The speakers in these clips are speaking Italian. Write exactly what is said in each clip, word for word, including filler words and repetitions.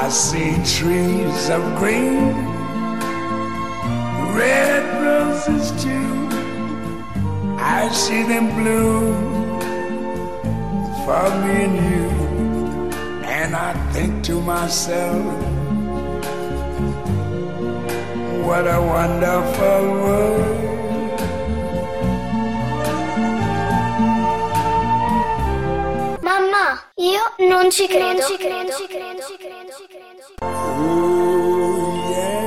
see trees of green, red roses too. I see them bloom for me and you. And I think to myself, what a wonderful world. Mamma, io non ci credo, non ci credo, ci credo, ci credo, ci credo, ci credo. Ooh, yeah.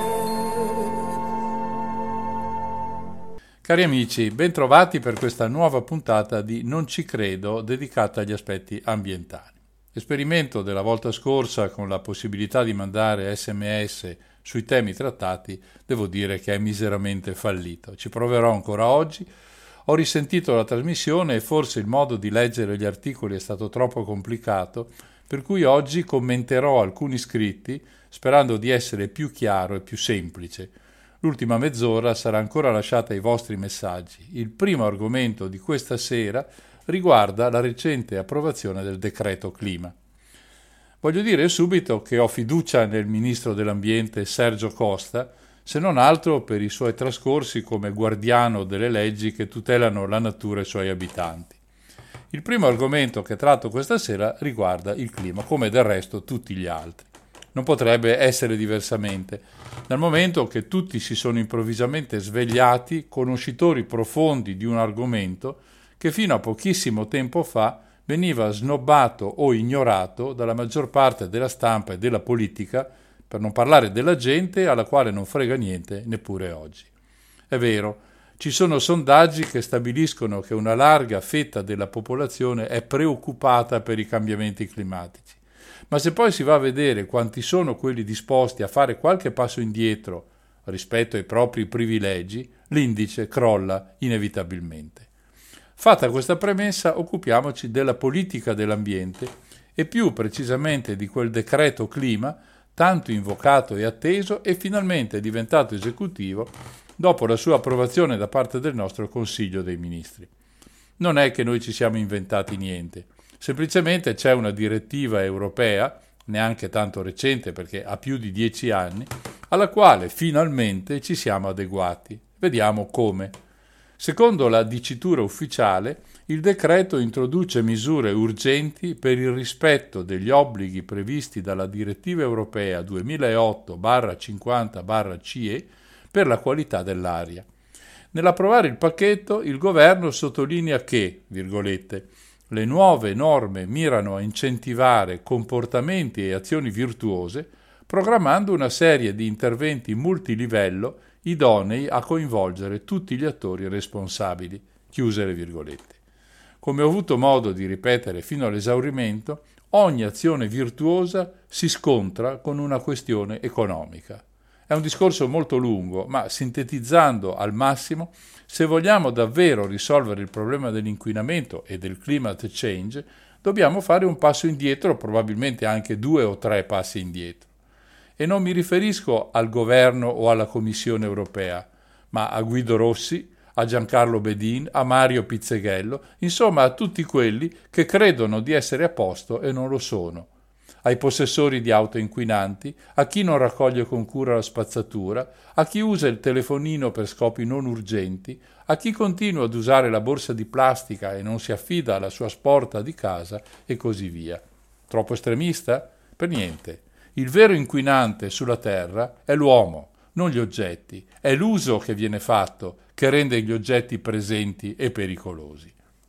Cari amici, bentrovati per questa nuova puntata di Non ci credo, dedicata agli aspetti ambientali. L'esperimento della volta scorsa con la possibilità di mandare sms sui temi trattati, devo dire che è miseramente fallito. Ci proverò ancora oggi. Ho risentito la trasmissione e forse il modo di leggere gli articoli è stato troppo complicato, per cui oggi commenterò alcuni scritti sperando di essere più chiaro e più semplice. L'ultima mezz'ora sarà ancora lasciata ai vostri messaggi. Il primo argomento di questa sera riguarda la recente approvazione del decreto clima. Voglio dire subito che ho fiducia nel ministro dell'Ambiente Sergio Costa, se non altro per i suoi trascorsi come guardiano delle leggi che tutelano la natura e i suoi abitanti. Il primo argomento che tratto questa sera riguarda il clima, come del resto tutti gli altri. Non potrebbe essere diversamente, dal momento che tutti si sono improvvisamente svegliati conoscitori profondi di un argomento che fino a pochissimo tempo fa veniva snobbato o ignorato dalla maggior parte della stampa e della politica, per non parlare della gente alla quale non frega niente neppure oggi. È vero, ci sono sondaggi che stabiliscono che una larga fetta della popolazione è preoccupata per i cambiamenti climatici, ma se poi si va a vedere quanti sono quelli disposti a fare qualche passo indietro rispetto ai propri privilegi, l'indice crolla inevitabilmente. Fatta questa premessa, occupiamoci della politica dell'ambiente e più precisamente di quel decreto clima tanto invocato e atteso e finalmente diventato esecutivo dopo la sua approvazione da parte del nostro Consiglio dei Ministri. Non è che noi ci siamo inventati niente, semplicemente c'è una direttiva europea, neanche tanto recente perché ha più di dieci anni, alla quale finalmente ci siamo adeguati. Vediamo come. Secondo la dicitura ufficiale, il decreto introduce misure urgenti per il rispetto degli obblighi previsti dalla direttiva europea duemilaotto cinquanta C E per la qualità dell'aria. Nell'approvare il pacchetto, il governo sottolinea che, virgolette, le nuove norme mirano a incentivare comportamenti e azioni virtuose, programmando una serie di interventi multilivello idonei a coinvolgere tutti gli attori responsabili, chiuse le virgolette. Come ho avuto modo di ripetere fino all'esaurimento, ogni azione virtuosa si scontra con una questione economica. È un discorso molto lungo, ma sintetizzando al massimo, se vogliamo davvero risolvere il problema dell'inquinamento e del climate change, dobbiamo fare un passo indietro, probabilmente anche due o tre passi indietro. E non mi riferisco al governo o alla Commissione europea, ma a Guido Rossi, a Giancarlo Bedin, a Mario Pizzeghello, insomma a tutti quelli che credono di essere a posto e non lo sono, ai possessori di auto inquinanti, a chi non raccoglie con cura la spazzatura, a chi usa il telefonino per scopi non urgenti, a chi continua ad usare la borsa di plastica e non si affida alla sua sporta di casa e così via. Troppo estremista? Per niente. Il vero inquinante sulla Terra è l'uomo, non gli oggetti. È l'uso che viene fatto che rende gli oggetti presenti e pericolosi.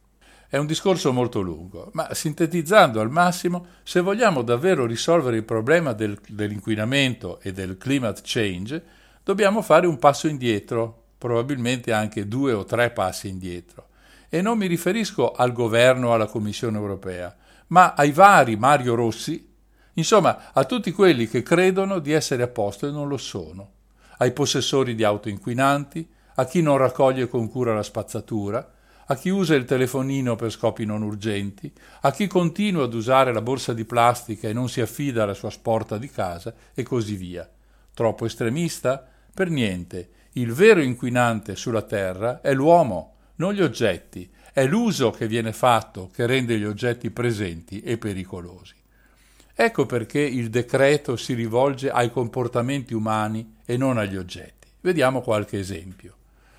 È un discorso molto lungo, ma sintetizzando al massimo, se vogliamo davvero risolvere il problema del, dell'inquinamento e del climate change, dobbiamo fare un passo indietro, probabilmente anche due o tre passi indietro. E non mi riferisco al governo o alla Commissione europea, ma ai vari Mario Rossi, insomma a tutti quelli che credono di essere a posto e non lo sono, ai possessori di auto inquinanti, a chi non raccoglie con cura la spazzatura, a chi usa il telefonino per scopi non urgenti, a chi continua ad usare la borsa di plastica e non si affida alla sua sporta di casa e così via. Troppo estremista? Per niente. Il vero inquinante sulla Terra è l'uomo, non gli oggetti. È l'uso che viene fatto che rende gli oggetti presenti e pericolosi. Ecco perché il decreto si rivolge ai comportamenti umani e non agli oggetti. Vediamo qualche esempio.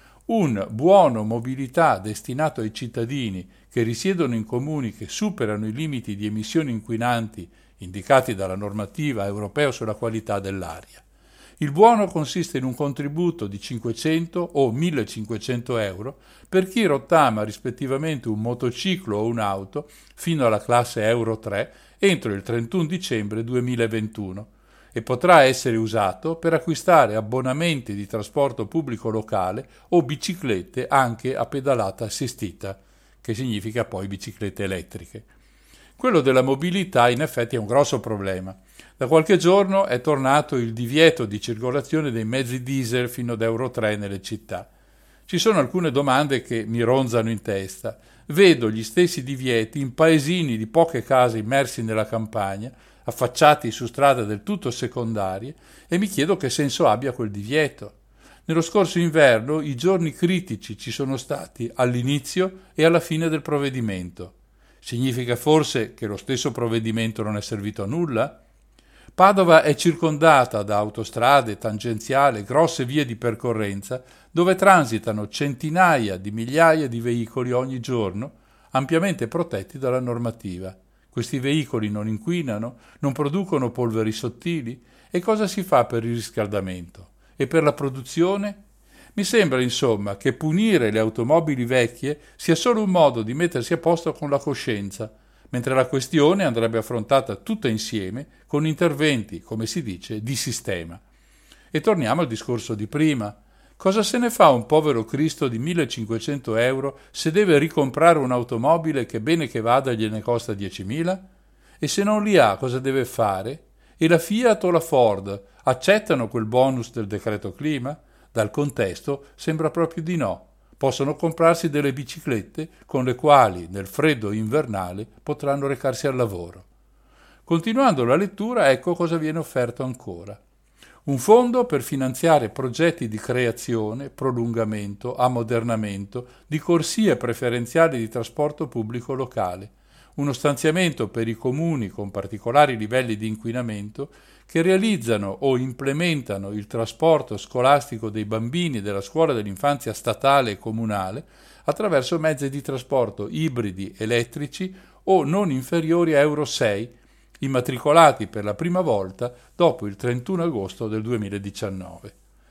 Un buono mobilità destinato ai cittadini che risiedono in comuni che superano i limiti di emissioni inquinanti indicati dalla normativa europea sulla qualità dell'aria. Il buono consiste in un contributo di cinquecento o millecinquecento euro per chi rottama rispettivamente un motociclo o un'auto fino alla classe Euro tre entro il trentuno dicembre duemilaventuno e potrà essere usato per acquistare abbonamenti di trasporto pubblico locale o biciclette anche a pedalata assistita, che significa poi biciclette elettriche. Quello della mobilità in effetti è un grosso problema. Da qualche giorno è tornato il divieto di circolazione dei mezzi diesel fino ad Euro tre nelle città. Ci sono alcune domande che mi ronzano in testa. Vedo gli stessi divieti in paesini di poche case immersi nella campagna, affacciati su strade del tutto secondarie, e mi chiedo che senso abbia quel divieto. Nello scorso inverno i giorni critici ci sono stati all'inizio e alla fine del provvedimento. Significa forse che lo stesso provvedimento non è servito a nulla? Padova è circondata da autostrade, tangenziali, grosse vie di percorrenza dove transitano centinaia di migliaia di veicoli ogni giorno, ampiamente protetti dalla normativa. Questi veicoli non inquinano, non producono polveri sottili. E cosa si fa per il riscaldamento? E per la produzione? Mi sembra, insomma, che punire le automobili vecchie sia solo un modo di mettersi a posto con la coscienza, mentre la questione andrebbe affrontata tutta insieme con interventi, come si dice, di sistema. E torniamo al discorso di prima. Cosa se ne fa un povero Cristo di millecinquecento euro se deve ricomprare un'automobile che bene che vada gliene costa diecimila? E se non li ha, cosa deve fare? E la Fiat o la Ford accettano quel bonus del decreto clima? Dal contesto sembra proprio di no. Possono comprarsi delle biciclette con le quali nel freddo invernale potranno recarsi al lavoro. Continuando la lettura, ecco cosa viene offerto ancora. Un fondo per finanziare progetti di creazione, prolungamento, ammodernamento di corsie preferenziali di trasporto pubblico locale. Uno stanziamento per i comuni con particolari livelli di inquinamento che realizzano o implementano il trasporto scolastico dei bambini della scuola dell'infanzia statale e comunale attraverso mezzi di trasporto ibridi elettrici o non inferiori a Euro sei, immatricolati per la prima volta dopo il trentuno agosto del duemiladiciannove.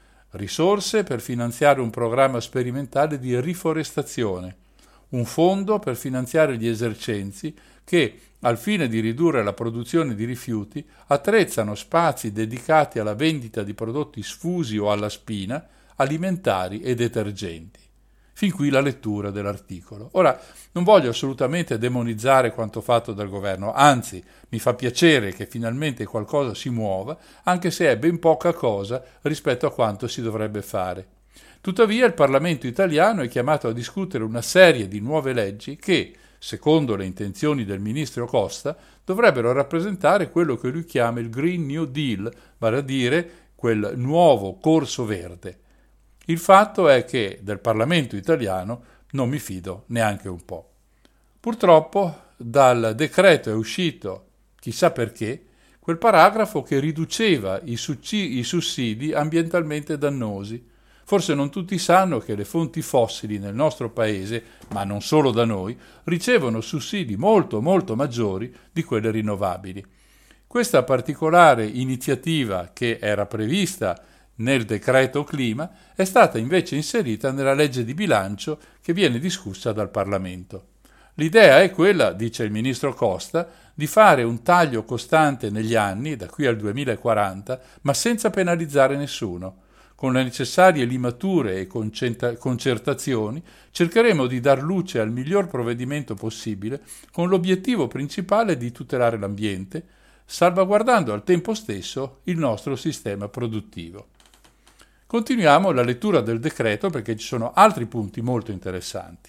Risorse per finanziare un programma sperimentale di riforestazione, un fondo per finanziare gli esercenzi che, al fine di ridurre la produzione di rifiuti, attrezzano spazi dedicati alla vendita di prodotti sfusi o alla spina, alimentari e detergenti. Fin qui la lettura dell'articolo. Ora, non voglio assolutamente demonizzare quanto fatto dal governo, anzi, mi fa piacere che finalmente qualcosa si muova, anche se è ben poca cosa rispetto a quanto si dovrebbe fare. Tuttavia il Parlamento italiano è chiamato a discutere una serie di nuove leggi che, secondo le intenzioni del ministro Costa, dovrebbero rappresentare quello che lui chiama il Green New Deal, vale a dire quel nuovo corso verde. Il fatto è che del Parlamento italiano non mi fido neanche un po'. Purtroppo dal decreto è uscito, chissà perché, quel paragrafo che riduceva i, succi- i sussidi ambientalmente dannosi. Forse non tutti sanno che le fonti fossili nel nostro paese, ma non solo da noi, ricevono sussidi molto molto maggiori di quelle rinnovabili. Questa particolare iniziativa, che era prevista nel decreto clima, è stata invece inserita nella legge di bilancio che viene discussa dal Parlamento. L'idea è quella, dice il ministro Costa, di fare un taglio costante negli anni, da qui al duemilaquaranta, ma senza penalizzare nessuno. Con le necessarie limature e concertazioni cercheremo di dar luce al miglior provvedimento possibile con l'obiettivo principale di tutelare l'ambiente, salvaguardando al tempo stesso il nostro sistema produttivo. Continuiamo la lettura del decreto perché ci sono altri punti molto interessanti.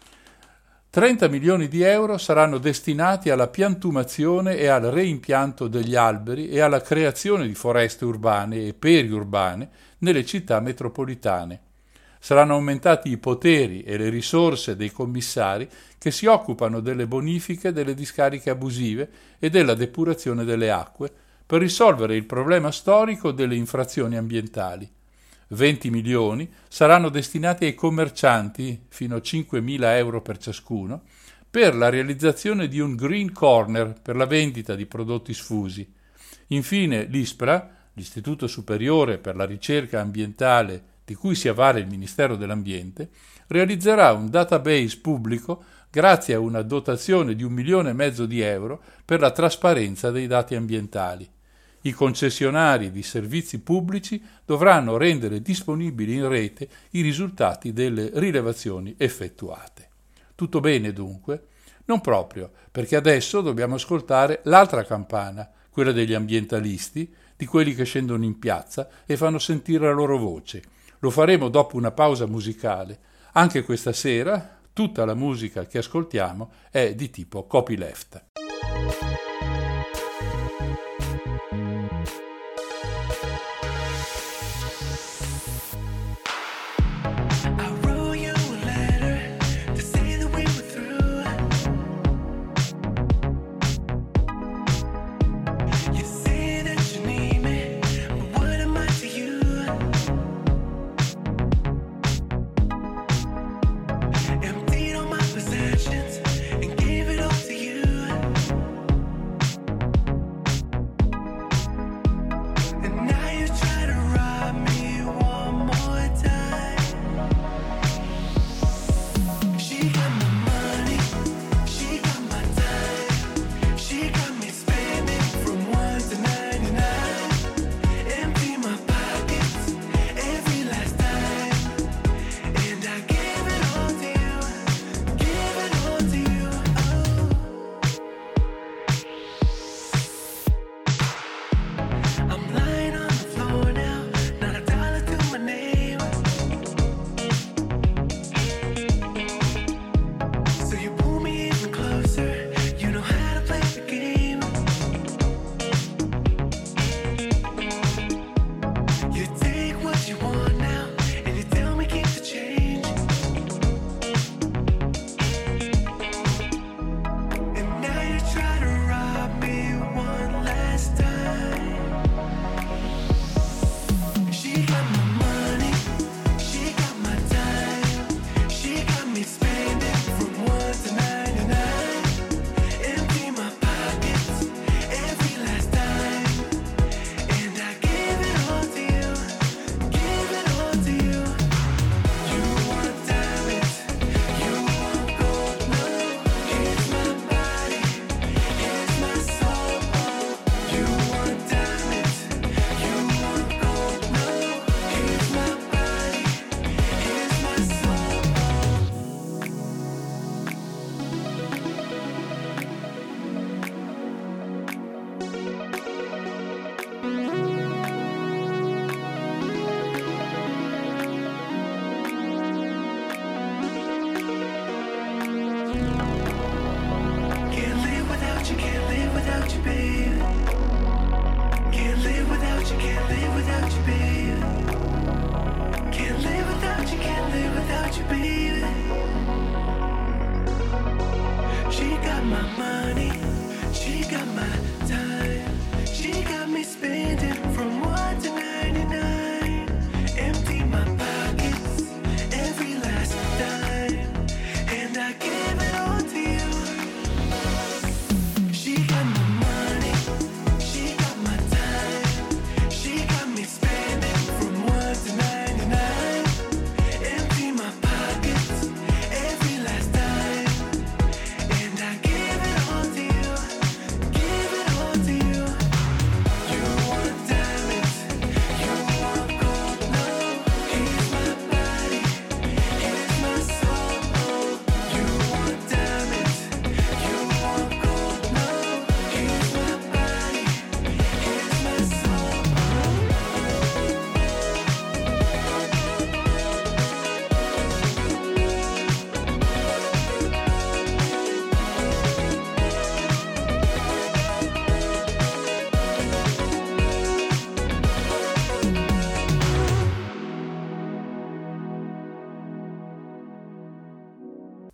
trenta milioni di euro saranno destinati alla piantumazione e al reimpianto degli alberi e alla creazione di foreste urbane e periurbane nelle città metropolitane. Saranno aumentati i poteri e le risorse dei commissari che si occupano delle bonifiche delle discariche abusive e della depurazione delle acque per risolvere il problema storico delle infrazioni ambientali. venti milioni saranno destinati ai commercianti, fino a cinquemila euro per ciascuno, per la realizzazione di un Green Corner per la vendita di prodotti sfusi. Infine l'ISPRA, l'Istituto Superiore per la Ricerca Ambientale di cui si avvale il Ministero dell'Ambiente, realizzerà un database pubblico grazie a una dotazione di un milione e mezzo di euro per la trasparenza dei dati ambientali. I concessionari di servizi pubblici dovranno rendere disponibili in rete i risultati delle rilevazioni effettuate. Tutto bene dunque? Non proprio, perché adesso dobbiamo ascoltare l'altra campana, quella degli ambientalisti, di quelli che scendono in piazza e fanno sentire la loro voce. Lo faremo dopo una pausa musicale. Anche questa sera tutta la musica che ascoltiamo è di tipo copyleft.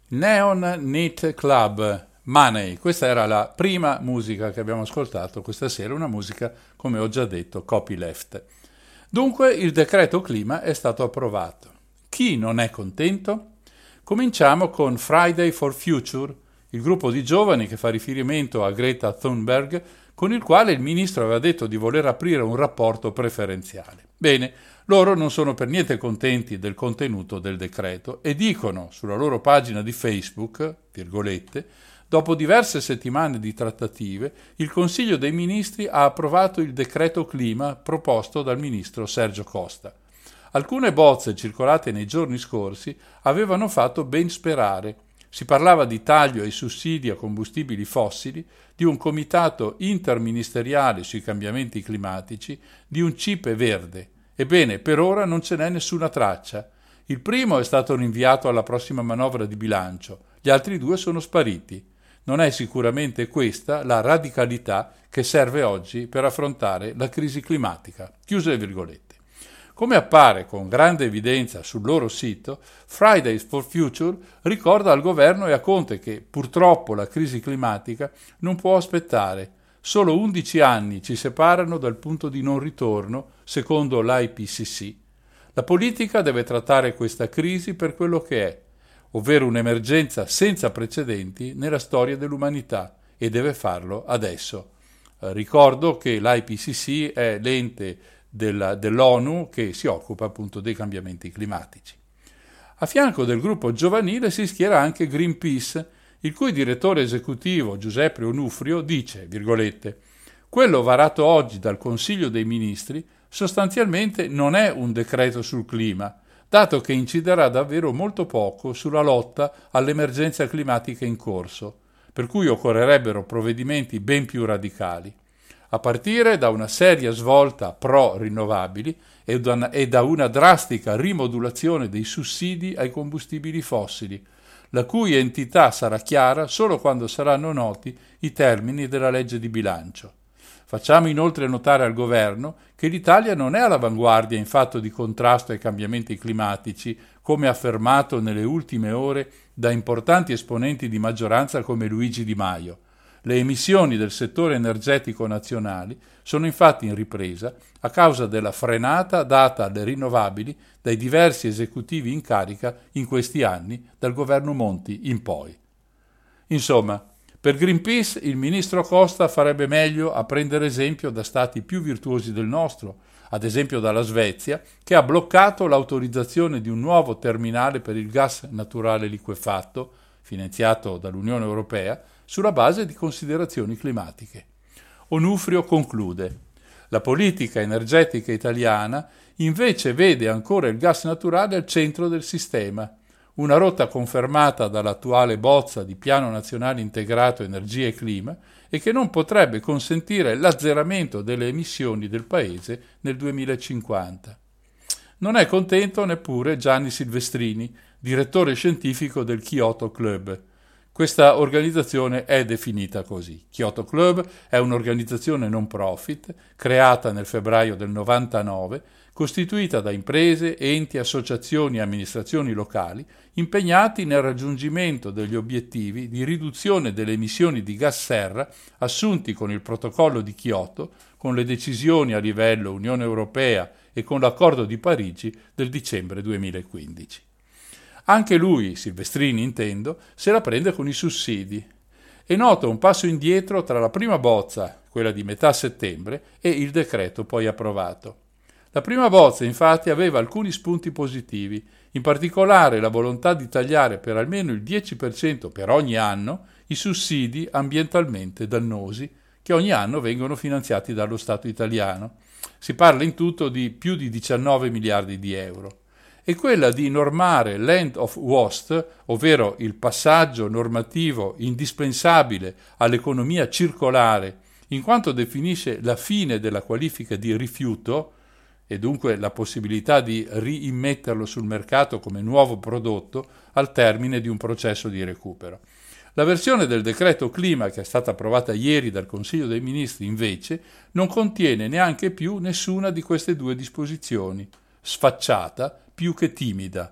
Neon Knit Club, Money. Questa era la prima musica che abbiamo ascoltato questa sera, una musica, come ho già detto, copyleft. Dunque il decreto clima è stato approvato. Chi non è contento? Cominciamo con Friday for Future, il gruppo di giovani che fa riferimento a Greta Thunberg, con il quale il ministro aveva detto di voler aprire un rapporto preferenziale. Bene, loro non sono per niente contenti del contenuto del decreto e dicono sulla loro pagina di Facebook, virgolette, dopo diverse settimane di trattative, il Consiglio dei Ministri ha approvato il decreto clima proposto dal ministro Sergio Costa. Alcune bozze circolate nei giorni scorsi avevano fatto ben sperare. Si parlava di taglio ai sussidi a combustibili fossili, di un comitato interministeriale sui cambiamenti climatici, di un C I P E verde. Ebbene, per ora non ce n'è nessuna traccia. Il primo è stato rinviato alla prossima manovra di bilancio, gli altri due sono spariti. Non è sicuramente questa la radicalità che serve oggi per affrontare la crisi climatica. Chiuse le virgolette. Come appare con grande evidenza sul loro sito, Fridays for Future ricorda al governo e a Conte che purtroppo la crisi climatica non può aspettare. Solo undici anni ci separano dal punto di non ritorno, secondo l'I P C C. La politica deve trattare questa crisi per quello che è, ovvero un'emergenza senza precedenti nella storia dell'umanità, e deve farlo adesso. Eh, ricordo che l'I P C C è l'ente della, dell'ONU che si occupa appunto dei cambiamenti climatici. A fianco del gruppo giovanile si schiera anche Greenpeace, il cui direttore esecutivo Giuseppe Onufrio dice, virgolette, quello varato oggi dal Consiglio dei Ministri sostanzialmente non è un decreto sul clima, dato che inciderà davvero molto poco sulla lotta all'emergenza climatica in corso, per cui occorrerebbero provvedimenti ben più radicali, a partire da una seria svolta pro-rinnovabili e da una drastica rimodulazione dei sussidi ai combustibili fossili, la cui entità sarà chiara solo quando saranno noti i termini della legge di bilancio. Facciamo inoltre notare al governo che l'Italia non è all'avanguardia in fatto di contrasto ai cambiamenti climatici, come affermato nelle ultime ore da importanti esponenti di maggioranza come Luigi Di Maio. Le emissioni del settore energetico nazionali sono infatti in ripresa a causa della frenata data alle rinnovabili dai diversi esecutivi in carica in questi anni, dal governo Monti in poi. Insomma, per Greenpeace il ministro Costa farebbe meglio a prendere esempio da stati più virtuosi del nostro, ad esempio dalla Svezia, che ha bloccato l'autorizzazione di un nuovo terminale per il gas naturale liquefatto, finanziato dall'Unione Europea, sulla base di considerazioni climatiche. Onufrio conclude: la politica energetica italiana invece vede ancora il gas naturale al centro del sistema, una rotta confermata dall'attuale bozza di Piano Nazionale Integrato Energia e Clima e che non potrebbe consentire l'azzeramento delle emissioni del Paese nel duemilacinquanta. Non è contento neppure Gianni Silvestrini, direttore scientifico del Kyoto Club. Questa organizzazione è definita così. Kyoto Club è un'organizzazione non profit, creata nel febbraio del novantanove, costituita da imprese, enti, associazioni e amministrazioni locali, impegnati nel raggiungimento degli obiettivi di riduzione delle emissioni di gas serra assunti con il protocollo di Kyoto, con le decisioni a livello Unione Europea e con l'accordo di Parigi del dicembre duemilaquindici. Anche lui, Silvestrini intendo, se la prende con i sussidi e nota un passo indietro tra la prima bozza, quella di metà settembre, e il decreto poi approvato. La prima bozza infatti aveva alcuni spunti positivi, in particolare la volontà di tagliare per almeno il dieci per cento per ogni anno i sussidi ambientalmente dannosi che ogni anno vengono finanziati dallo Stato italiano. Si parla in tutto di più di diciannove miliardi di euro. E quella di normare l'end of waste, ovvero il passaggio normativo indispensabile all'economia circolare, in quanto definisce la fine della qualifica di rifiuto e dunque la possibilità di riimmetterlo sul mercato come nuovo prodotto al termine di un processo di recupero. La versione del decreto clima che è stata approvata ieri dal Consiglio dei Ministri invece non contiene neanche più nessuna di queste due disposizioni, sfacciata più che timida.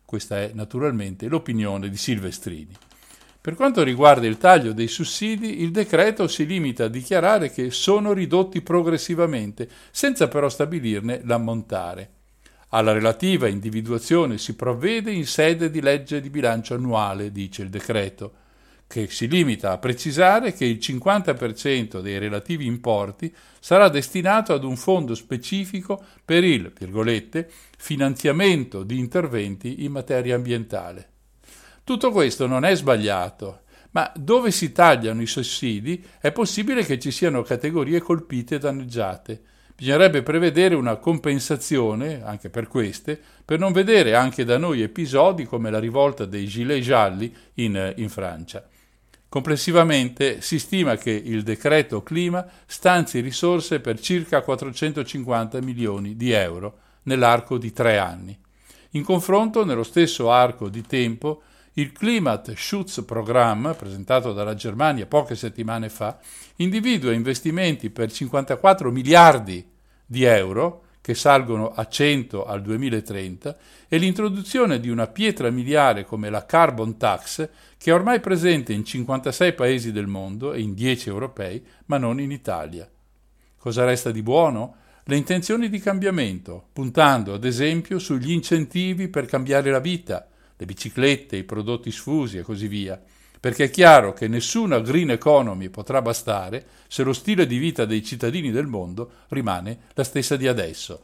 Questa è naturalmente l'opinione di Silvestrini. Per quanto riguarda il taglio dei sussidi, il decreto si limita a dichiarare che sono ridotti progressivamente, senza però stabilirne l'ammontare. Alla relativa individuazione si provvede in sede di legge di bilancio annuale, dice il decreto, che si limita a precisare che il cinquanta per cento dei relativi importi sarà destinato ad un fondo specifico per il, virgolette, finanziamento di interventi in materia ambientale. Tutto questo non è sbagliato, ma dove si tagliano i sussidi è possibile che ci siano categorie colpite e danneggiate. Bisognerebbe prevedere una compensazione, anche per queste, per non vedere anche da noi episodi come la rivolta dei gilet gialli in, in Francia. Complessivamente si stima che il decreto clima stanzi risorse per circa quattrocentocinquanta milioni di euro nell'arco di tre anni. In confronto, nello stesso arco di tempo, il Klimaschutzprogramm, presentato dalla Germania poche settimane fa, individua investimenti per cinquantaquattro miliardi di euro, che salgono a cento al duemilatrenta, e l'introduzione di una pietra miliare come la Carbon Tax, che è ormai presente in cinquantasei paesi del mondo e in dieci europei, ma non in Italia. Cosa resta di buono? Le intenzioni di cambiamento, puntando ad esempio sugli incentivi per cambiare la vita, le biciclette, i prodotti sfusi e così via, perché è chiaro che nessuna green economy potrà bastare se lo stile di vita dei cittadini del mondo rimane la stessa di adesso.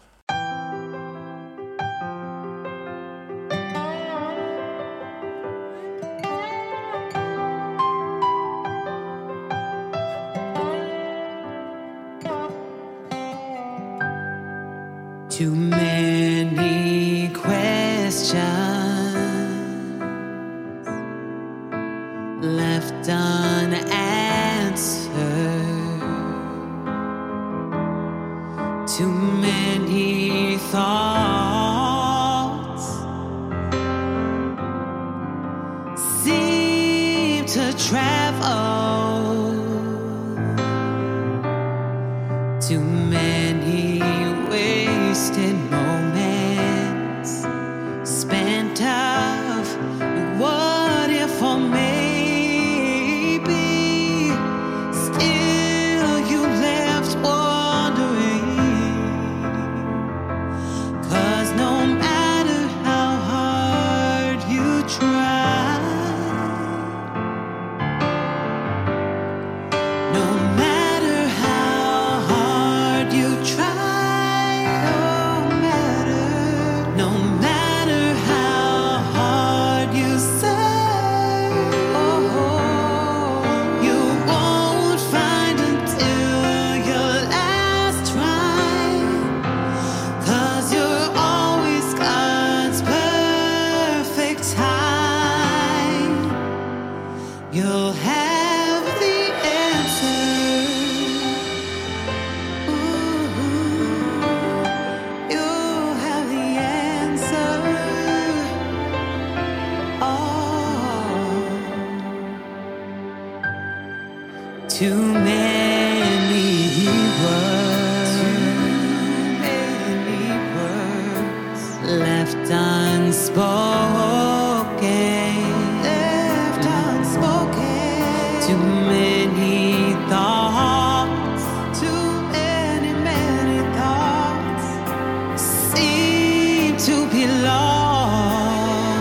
Too many questions left unanswered, too many thoughts seem to travel, too many wasted moments spent of what if or maybe. Still you left wondering, 'cause no matter how hard you try, no matter how hard you try, you'll have the answer. Ooh, you'll have the answer. Oh, too many words, too many words left unspoken. Too many thoughts, too many, many thoughts seem to be lost.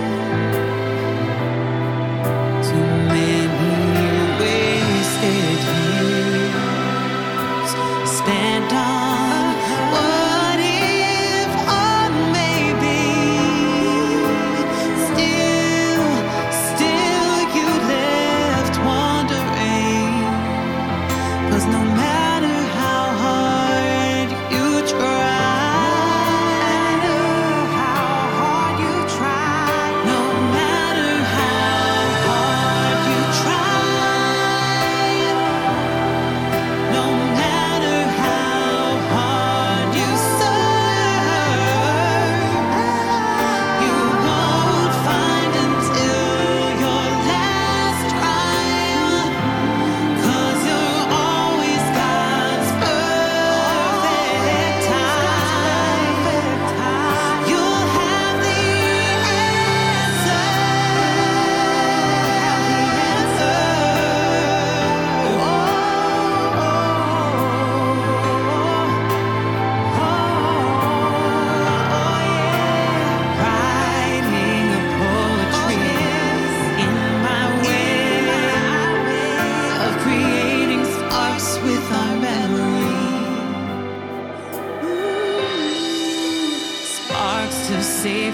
Too many wasted years spent on what if or maybe.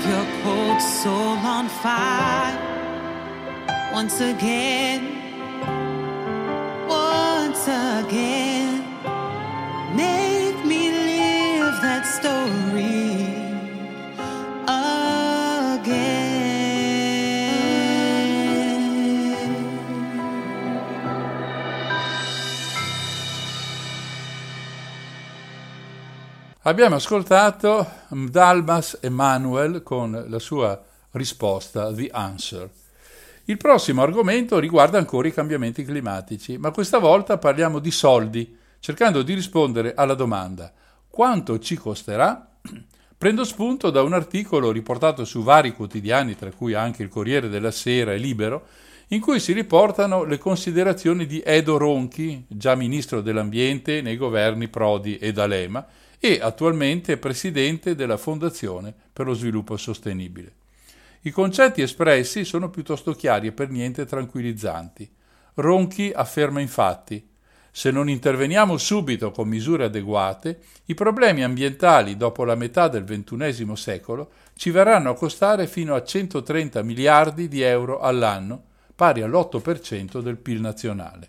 leave your cold soul on fire once again, once again. Make me live that story again. Abbiamo ascoltato Dalmas Emanuel con la sua risposta The Answer. Il prossimo argomento riguarda ancora i cambiamenti climatici, ma questa volta parliamo di soldi, cercando di rispondere alla domanda: quanto ci costerà? Prendo spunto da un articolo riportato su vari quotidiani, tra cui anche il Corriere della Sera e Libero, in cui si riportano le considerazioni di Edo Ronchi, già ministro dell'ambiente nei governi Prodi e D'Alema, e attualmente presidente della Fondazione per lo Sviluppo Sostenibile. I concetti espressi sono piuttosto chiari e per niente tranquillizzanti. Ronchi afferma infatti: se non interveniamo subito con misure adeguate, i problemi ambientali dopo la metà del ventunesimo secolo ci verranno a costare fino a centotrenta miliardi di euro all'anno, pari all'otto per cento del P I L nazionale.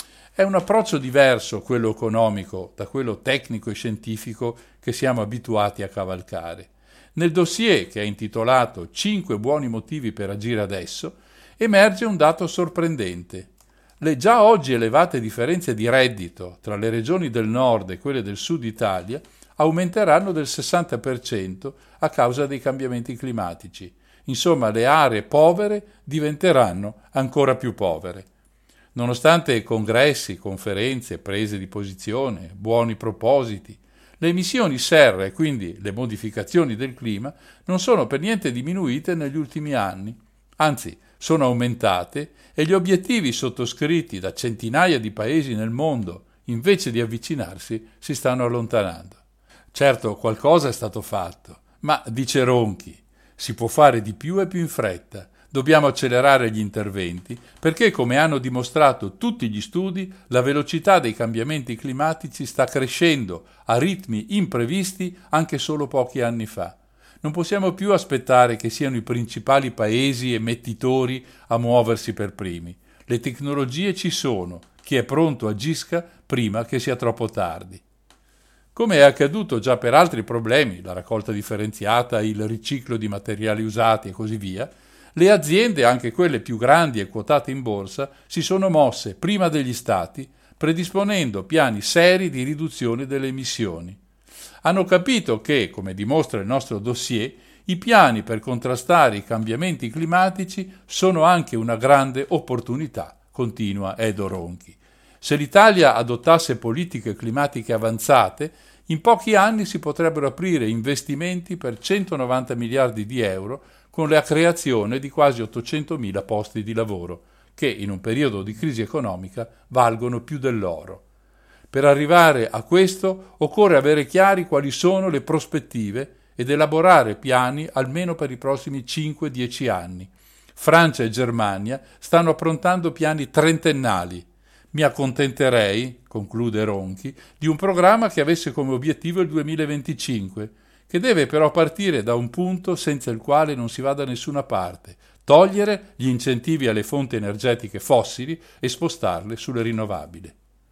È un approccio diverso, quello economico, da quello tecnico e scientifico che siamo abituati a cavalcare. Nel dossier, che è intitolato cinque buoni motivi per agire adesso, emerge un dato sorprendente. Le già oggi elevate differenze di reddito tra le regioni del nord e quelle del sud Italia aumenteranno del sessanta per cento a causa dei cambiamenti climatici. Insomma, le aree povere diventeranno ancora più povere. Nonostante congressi, conferenze, prese di posizione, buoni propositi, le emissioni serra e quindi le modificazioni del clima non sono per niente diminuite negli ultimi anni, anzi sono aumentate e gli obiettivi sottoscritti da centinaia di paesi nel mondo, invece di avvicinarsi, si stanno allontanando. Certo, qualcosa è stato fatto, ma, dice Ronchi, si può fare di più e più in fretta. Dobbiamo accelerare gli interventi perché, come hanno dimostrato tutti gli studi, la velocità dei cambiamenti climatici sta crescendo a ritmi imprevisti anche solo pochi anni fa. Non possiamo più aspettare che siano i principali paesi emettitori a muoversi per primi. Le tecnologie ci sono, chi è pronto agisca prima che sia troppo tardi. Come è accaduto già per altri problemi, la raccolta differenziata, il riciclo di materiali usati e così via, le aziende, anche quelle più grandi e quotate in borsa, si sono mosse prima degli stati, predisponendo piani seri di riduzione delle emissioni. Hanno capito che, come dimostra il nostro dossier, i piani per contrastare i cambiamenti climatici sono anche una grande opportunità, continua Edo Ronchi. Se l'Italia adottasse politiche climatiche avanzate, in pochi anni si potrebbero aprire investimenti per centonovanta miliardi di euro con la creazione di quasi ottocentomila posti di lavoro, che in un periodo di crisi economica valgono più dell'oro. Per arrivare a questo occorre avere chiari quali sono le prospettive ed elaborare piani almeno per i prossimi cinque dieci anni. Francia e Germania stanno approntando piani trentennali. Mi accontenterei, conclude Ronchi, di un programma che avesse come obiettivo il duemilaventicinque, che deve però partire da un punto senza il quale non si va da nessuna parte: togliere gli incentivi alle fonti energetiche fossili e spostarle sulle rinnovabili.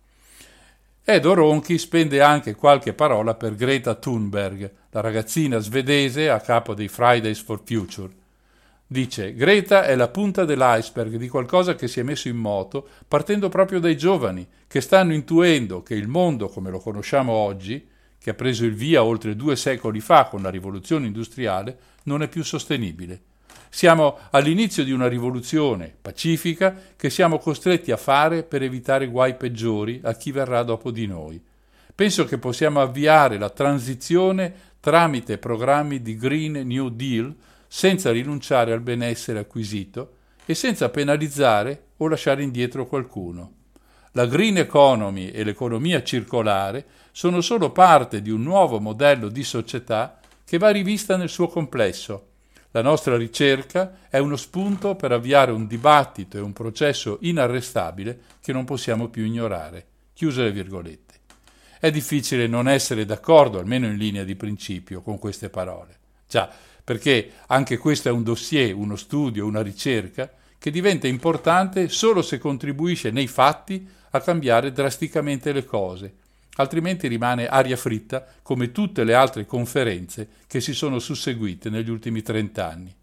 Edo Ronchi spende anche qualche parola per Greta Thunberg, la ragazzina svedese a capo dei Fridays for Future. Dice: Greta è la punta dell'iceberg di qualcosa che si è messo in moto partendo proprio dai giovani, che stanno intuendo che il mondo come lo conosciamo oggi, che ha preso il via oltre due secoli fa con la rivoluzione industriale, non è più sostenibile. Siamo all'inizio di una rivoluzione pacifica che siamo costretti a fare per evitare guai peggiori a chi verrà dopo di noi. Penso che possiamo avviare la transizione tramite programmi di Green New Deal senza rinunciare al benessere acquisito e senza penalizzare o lasciare indietro qualcuno. La green economy e l'economia circolare sono solo parte di un nuovo modello di società che va rivista nel suo complesso. La nostra ricerca è uno spunto per avviare un dibattito e un processo inarrestabile che non possiamo più ignorare. Chiuse le virgolette. È difficile non essere d'accordo, almeno in linea di principio, con queste parole. Già, perché anche questo è un dossier, uno studio, una ricerca che diventa importante solo se contribuisce nei fatti a cambiare drasticamente le cose, altrimenti rimane aria fritta come tutte le altre conferenze che si sono susseguite negli ultimi trent'anni.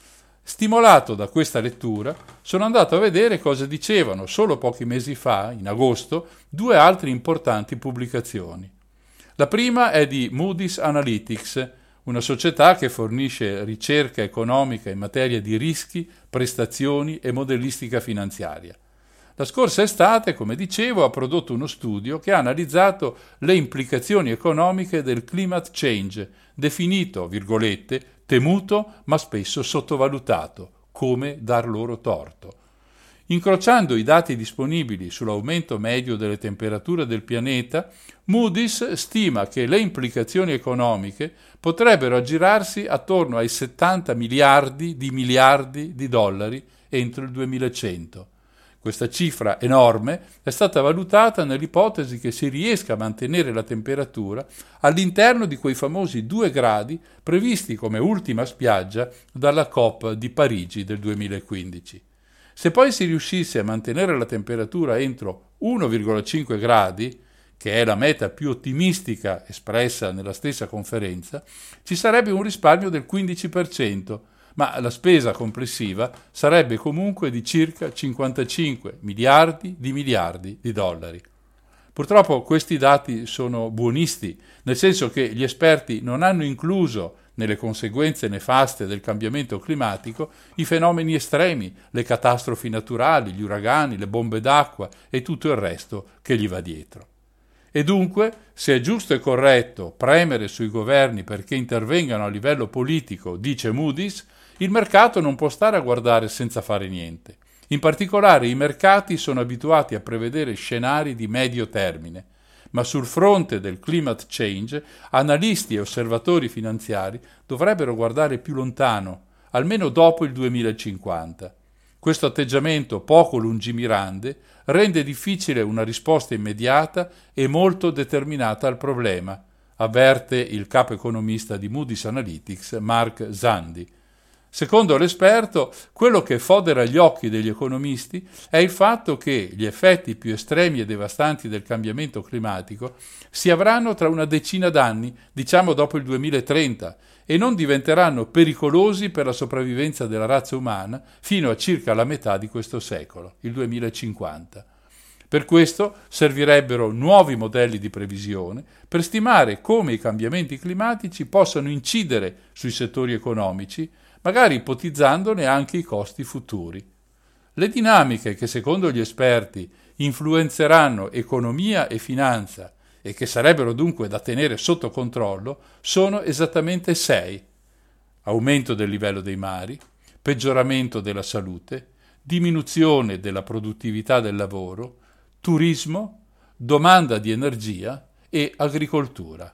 Stimolato da questa lettura, sono andato a vedere cosa dicevano solo pochi mesi fa, in agosto, due altre importanti pubblicazioni. La prima è di Moody's Analytics, una società che fornisce ricerca economica in materia di rischi, prestazioni e modellistica finanziaria. La scorsa estate, come dicevo, ha prodotto uno studio che ha analizzato le implicazioni economiche del climate change, definito, virgolette, temuto ma spesso sottovalutato, come dar loro torto. Incrociando i dati disponibili sull'aumento medio delle temperature del pianeta, Moody's stima che le implicazioni economiche potrebbero aggirarsi attorno ai settanta miliardi di miliardi di dollari entro il duemilacento. Questa cifra enorme è stata valutata nell'ipotesi che si riesca a mantenere la temperatura all'interno di quei famosi due gradi previsti come ultima spiaggia dalla COP di Parigi del duemilaquindici. Se poi si riuscisse a mantenere la temperatura entro uno virgola cinque gradi, che è la meta più ottimistica espressa nella stessa conferenza, ci sarebbe un risparmio del quindici per cento, ma la spesa complessiva sarebbe comunque di circa cinquantacinque miliardi di miliardi di dollari. Purtroppo questi dati sono buonisti, nel senso che gli esperti non hanno incluso nelle conseguenze nefaste del cambiamento climatico i fenomeni estremi, le catastrofi naturali, gli uragani, le bombe d'acqua e tutto il resto che gli va dietro. E dunque, se è giusto e corretto premere sui governi perché intervengano a livello politico, dice Moody's, il mercato non può stare a guardare senza fare niente. In particolare i mercati sono abituati a prevedere scenari di medio termine, ma sul fronte del climate change analisti e osservatori finanziari dovrebbero guardare più lontano, almeno dopo il duemilacinquanta. Questo atteggiamento poco lungimirante rende difficile una risposta immediata e molto determinata al problema, avverte il capo economista di Moody's Analytics, Mark Zandi. Secondo l'esperto, quello che fodera gli occhi degli economisti è il fatto che gli effetti più estremi e devastanti del cambiamento climatico si avranno tra una decina d'anni, diciamo dopo il duemilatrenta, e non diventeranno pericolosi per la sopravvivenza della razza umana fino a circa la metà di questo secolo, il duemilacinquanta. Per questo servirebbero nuovi modelli di previsione per stimare come i cambiamenti climatici possano incidere sui settori economici, magari ipotizzandone anche i costi futuri. Le dinamiche che secondo gli esperti influenzeranno economia e finanza e che sarebbero dunque da tenere sotto controllo sono esattamente sei: aumento del livello dei mari, peggioramento della salute, diminuzione della produttività del lavoro, turismo, domanda di energia e agricoltura.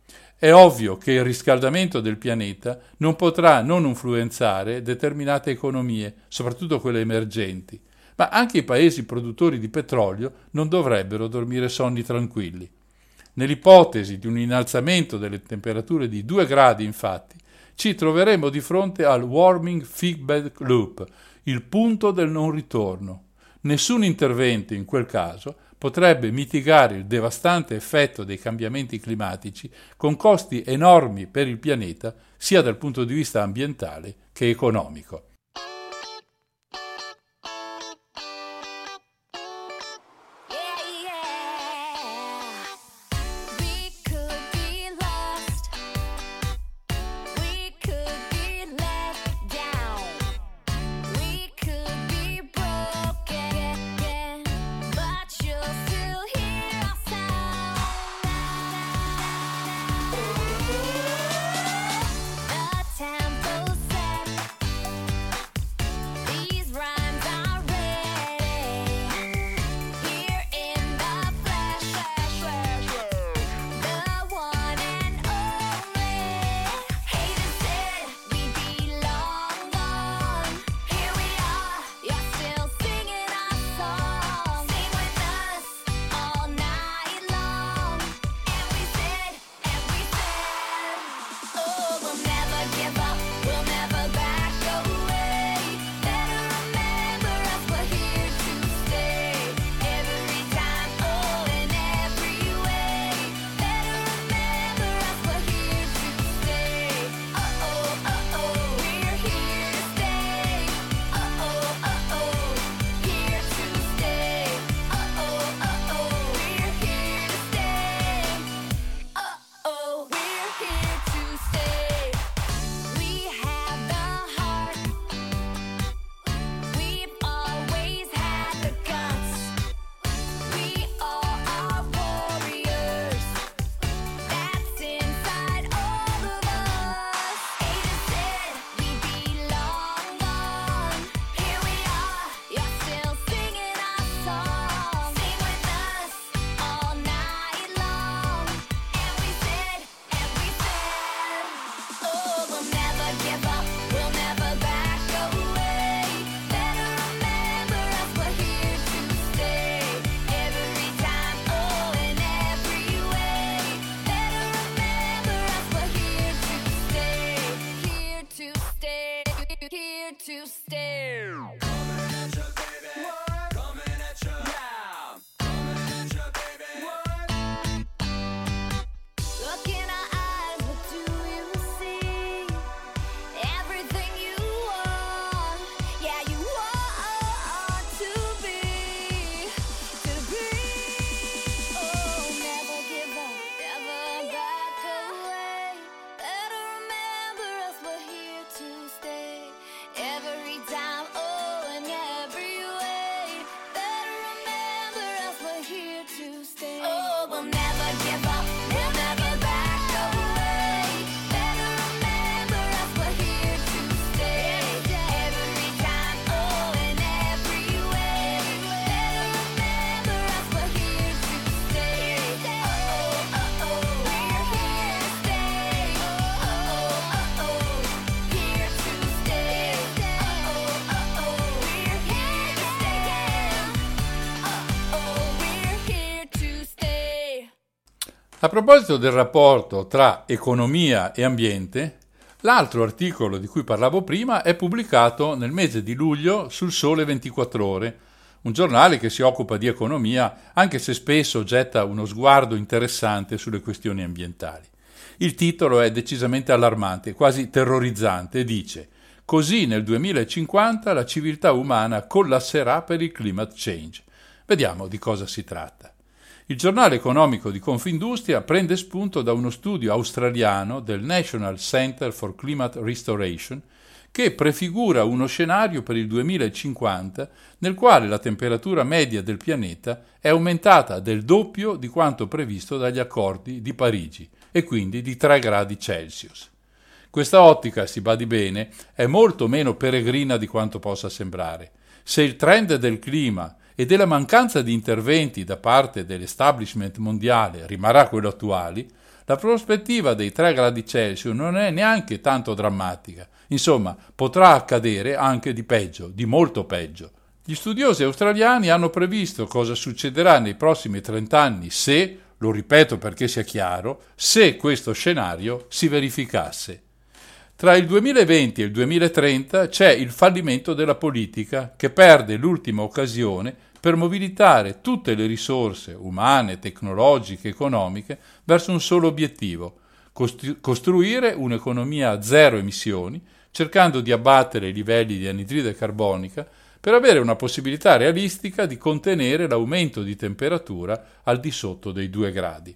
È ovvio che il riscaldamento del pianeta non potrà non influenzare determinate economie, soprattutto quelle emergenti, ma anche i paesi produttori di petrolio non dovrebbero dormire sonni tranquilli. Nell'ipotesi di un innalzamento delle temperature di due gradi, infatti, ci troveremo di fronte al warming feedback loop, il punto del non ritorno. Nessun intervento in quel caso potrebbe mitigare il devastante effetto dei cambiamenti climatici con costi enormi per il pianeta sia dal punto di vista ambientale che economico. A proposito del rapporto tra economia e ambiente, l'altro articolo di cui parlavo prima è pubblicato nel mese di luglio sul Sole ventiquattro Ore, un giornale che si occupa di economia, anche se spesso getta uno sguardo interessante sulle questioni ambientali. Il titolo è decisamente allarmante, quasi terrorizzante, e dice: «Così nel duemilacinquanta la civiltà umana collasserà per il climate change». Vediamo di cosa si tratta. Il giornale economico di Confindustria prende spunto da uno studio australiano del National Center for Climate Restoration che prefigura uno scenario per il duemilacinquanta nel quale la temperatura media del pianeta è aumentata del doppio di quanto previsto dagli accordi di Parigi e quindi di tre gradi Celsius. Questa ottica, si badi bene, è molto meno peregrina di quanto possa sembrare. Se il trend del clima e della mancanza di interventi da parte dell'establishment mondiale rimarrà quello attuale, la prospettiva dei tre gradi Celsius non è neanche tanto drammatica. Insomma, potrà accadere anche di peggio, di molto peggio. Gli studiosi australiani hanno previsto cosa succederà nei prossimi trenta anni se, lo ripeto perché sia chiaro, se questo scenario si verificasse. Tra il duemilaventi e il duemilatrenta c'è il fallimento della politica che perde l'ultima occasione per mobilitare tutte le risorse umane, tecnologiche, economiche verso un solo obiettivo: costru- costruire un'economia a zero emissioni, cercando di abbattere i livelli di anidride carbonica per avere una possibilità realistica di contenere l'aumento di temperatura al di sotto dei due gradi.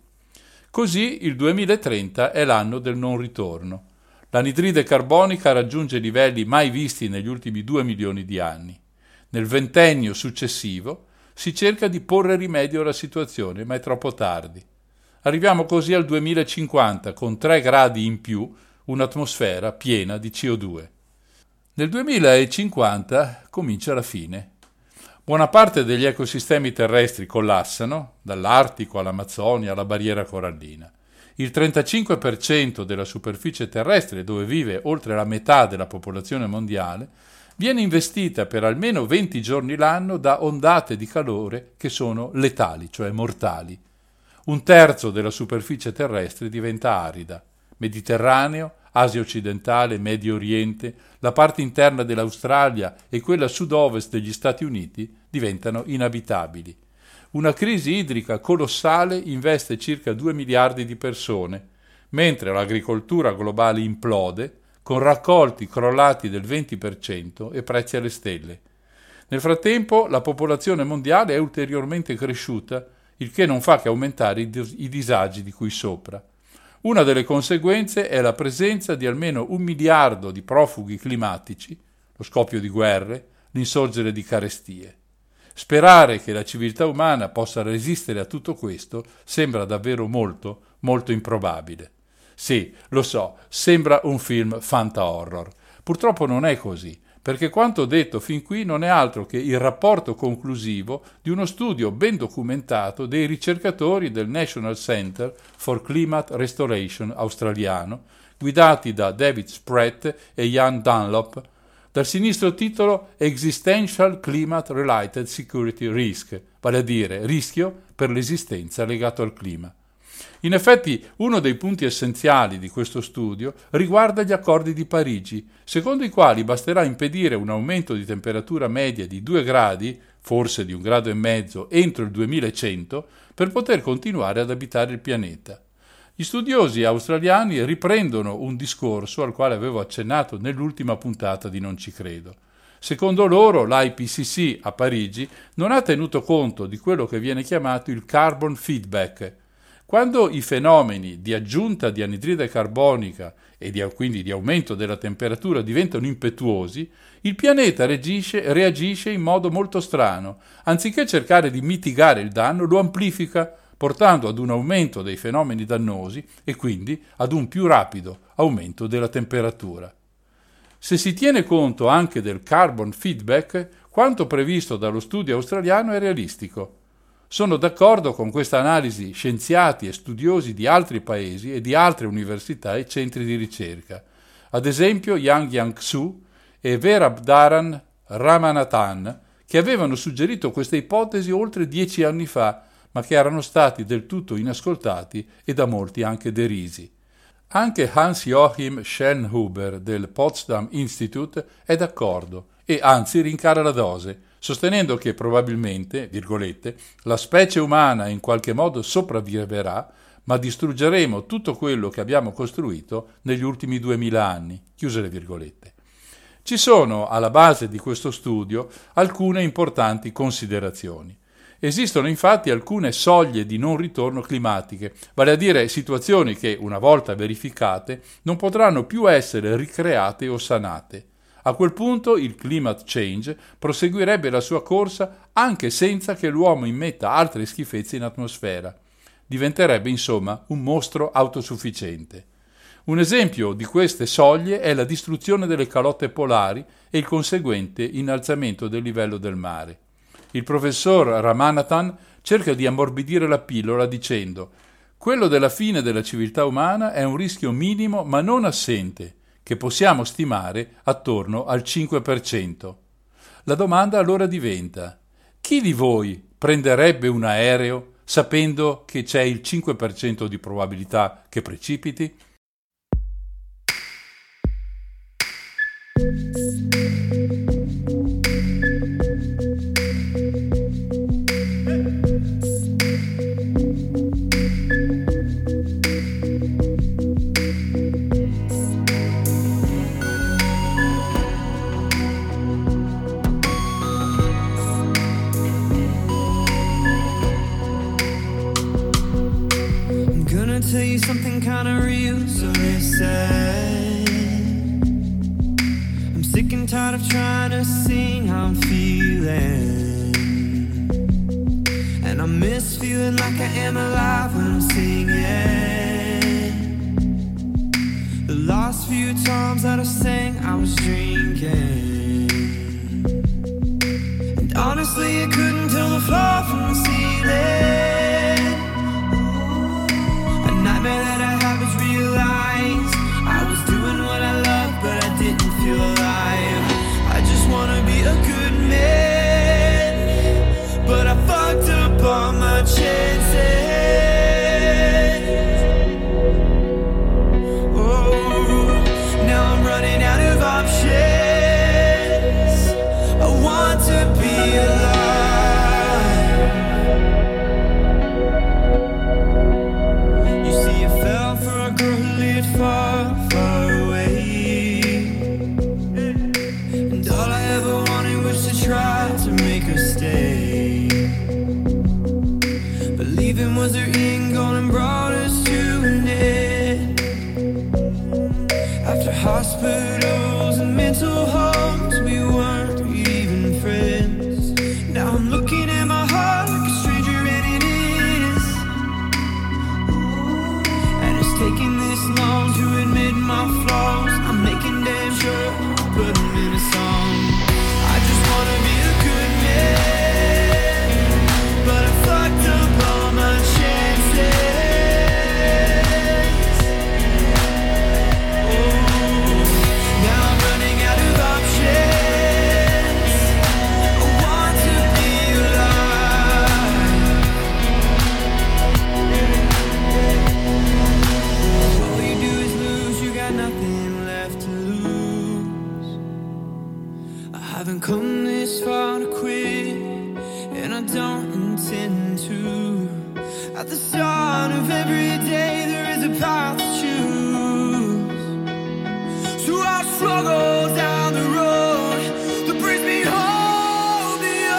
Così il duemilatrenta è l'anno del non ritorno. L'anidride carbonica raggiunge livelli mai visti negli ultimi due milioni di anni. Nel ventennio successivo si cerca di porre rimedio alla situazione, ma è troppo tardi. Arriviamo così al duemilacinquanta con tre gradi in più, un'atmosfera piena di C O due. Nel duemilacinquanta comincia la fine. Buona parte degli ecosistemi terrestri collassano, dall'Artico all'Amazzonia alla barriera corallina. Il trentacinque per cento della superficie terrestre, dove vive oltre la metà della popolazione mondiale, viene investita per almeno venti giorni l'anno da ondate di calore che sono letali, cioè mortali. Un terzo della superficie terrestre diventa arida. Mediterraneo, Asia occidentale, Medio Oriente, la parte interna dell'Australia e quella sud-ovest degli Stati Uniti diventano inabitabili. Una crisi idrica colossale investe circa due miliardi di persone, mentre l'agricoltura globale implode, con raccolti crollati del venti per cento e prezzi alle stelle. Nel frattempo la popolazione mondiale è ulteriormente cresciuta, il che non fa che aumentare i, dis- i disagi di cui sopra. Una delle conseguenze è la presenza di almeno un miliardo di profughi climatici, lo scoppio di guerre, l'insorgere di carestie. Sperare che la civiltà umana possa resistere a tutto questo sembra davvero molto, molto improbabile. Sì, lo so, sembra un film fanta-horror. Purtroppo non è così, perché quanto detto fin qui non è altro che il rapporto conclusivo di uno studio ben documentato dei ricercatori del National Center for Climate Restoration australiano, guidati da David Spratt e Ian Dunlop, dal sinistro titolo Existential Climate Related Security Risk, vale a dire rischio per l'esistenza legato al clima. In effetti, uno dei punti essenziali di questo studio riguarda gli accordi di Parigi, secondo i quali basterà impedire un aumento di temperatura media di due gradi, forse di un grado e mezzo, entro il duemilacento, per poter continuare ad abitare il pianeta. Gli studiosi australiani riprendono un discorso al quale avevo accennato nell'ultima puntata di Non ci credo. Secondo loro, l'I P C C a Parigi non ha tenuto conto di quello che viene chiamato il carbon feedback. Quando i fenomeni di aggiunta di anidride carbonica e di, quindi di aumento della temperatura diventano impetuosi, il pianeta reagisce, reagisce in modo molto strano. Anziché cercare di mitigare il danno, lo amplifica, portando ad un aumento dei fenomeni dannosi e quindi ad un più rapido aumento della temperatura. Se si tiene conto anche del carbon feedback, quanto previsto dallo studio australiano è realistico. Sono d'accordo con questa analisi scienziati e studiosi di altri paesi e di altre università e centri di ricerca, ad esempio Yang Yang-su e Veerabhadran Ramanathan, che avevano suggerito questa ipotesi oltre dieci anni fa, ma che erano stati del tutto inascoltati e da molti anche derisi. Anche Hans-Joachim Schönhuber del Potsdam Institute è d'accordo e anzi rincara la dose, sostenendo che probabilmente, virgolette, la specie umana in qualche modo sopravviverà, ma distruggeremo tutto quello che abbiamo costruito negli ultimi duemila anni, chiuse le virgolette. Ci sono alla base di questo studio alcune importanti considerazioni. Esistono infatti alcune soglie di non ritorno climatiche, vale a dire situazioni che, una volta verificate, non potranno più essere ricreate o sanate. A quel punto il climate change proseguirebbe la sua corsa anche senza che l'uomo immetta altre schifezze in atmosfera. Diventerebbe insomma un mostro autosufficiente. Un esempio di queste soglie è la distruzione delle calotte polari e il conseguente innalzamento del livello del mare. Il professor Ramanathan cerca di ammorbidire la pillola dicendo: quello della fine della civiltà umana è un rischio minimo ma non assente, che possiamo stimare attorno al cinque per cento. La domanda allora diventa: chi di voi prenderebbe un aereo sapendo che c'è il cinque per cento di probabilità che precipiti? Tell you something kind of real, so listen. I'm sick and tired of trying to sing how I'm feeling, and I miss feeling like I am alive when I'm singing. The last few times that I sang, I was drinking, and honestly I couldn't tell the floor from the ceiling. That I have is realized I was doing what I love, but I didn't feel alive. I just wanna be a good man, but I fucked up all my chances. Oh, now I'm running out of options. I want to be alive. Far, far away, and all I ever wanted was to try to make her stay. But leaving was her end, gone and brought us to an end. After hospitals and mental homes, we weren't even friends. Now I'm looking at my heart like a stranger, and it is. And it's taking this long to admit my flaws. I'm making damn sure I put them in a song. I just wanna be a good man, but I fucked up all my chances. Oh, now I'm running out of options. I want to be alive. All you do is lose, you got nothing left to lose. I haven't come this far to quit, and I don't intend to. At the start of every day there is a path to choose. So I'll struggle down the road that brings me home to you.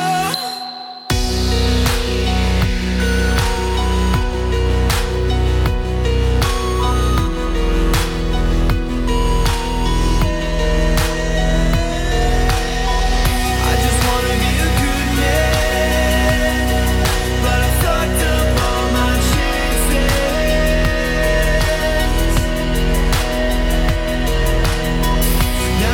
I just wanna be a good man, but I fucked up all my chances. Now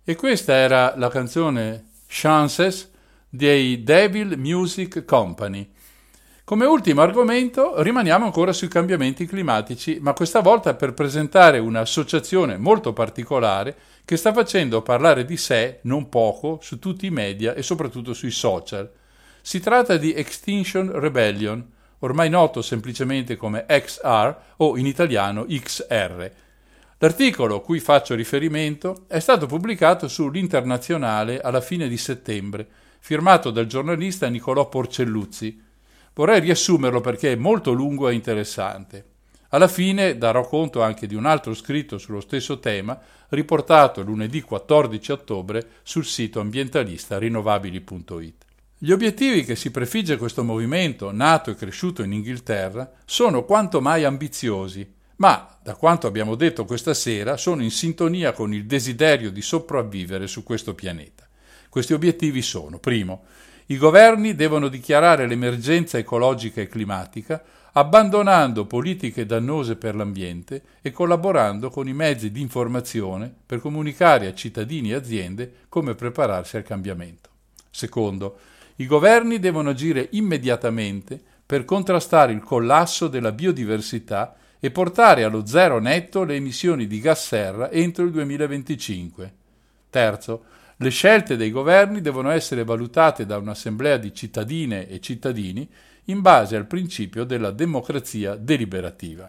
E questa era la canzone Chances dei Devil Music Company. Come ultimo argomento rimaniamo ancora sui cambiamenti climatici, ma questa volta per presentare un'associazione molto particolare che sta facendo parlare di sé non poco su tutti i media e soprattutto sui social. Si tratta di Extinction Rebellion, ormai noto semplicemente come X R o in italiano X R. L'articolo a cui faccio riferimento è stato pubblicato sull'Internazionale alla fine di settembre, firmato dal giornalista Nicolò Porcelluzzi. Vorrei riassumerlo perché è molto lungo e interessante. Alla fine darò conto anche di un altro scritto sullo stesso tema, riportato lunedì quattordici ottobre sul sito ambientalista rinnovabili punto it. Gli obiettivi che si prefigge questo movimento, nato e cresciuto in Inghilterra, sono quanto mai ambiziosi, ma, da quanto abbiamo detto questa sera, sono in sintonia con il desiderio di sopravvivere su questo pianeta. Questi obiettivi sono: primo, i governi devono dichiarare l'emergenza ecologica e climatica, abbandonando politiche dannose per l'ambiente e collaborando con i mezzi di informazione per comunicare a cittadini e aziende come prepararsi al cambiamento. Secondo, i governi devono agire immediatamente per contrastare il collasso della biodiversità e portare allo zero netto le emissioni di gas serra entro il duemilaventicinque. Terzo, le scelte dei governi devono essere valutate da un'assemblea di cittadine e cittadini in base al principio della democrazia deliberativa.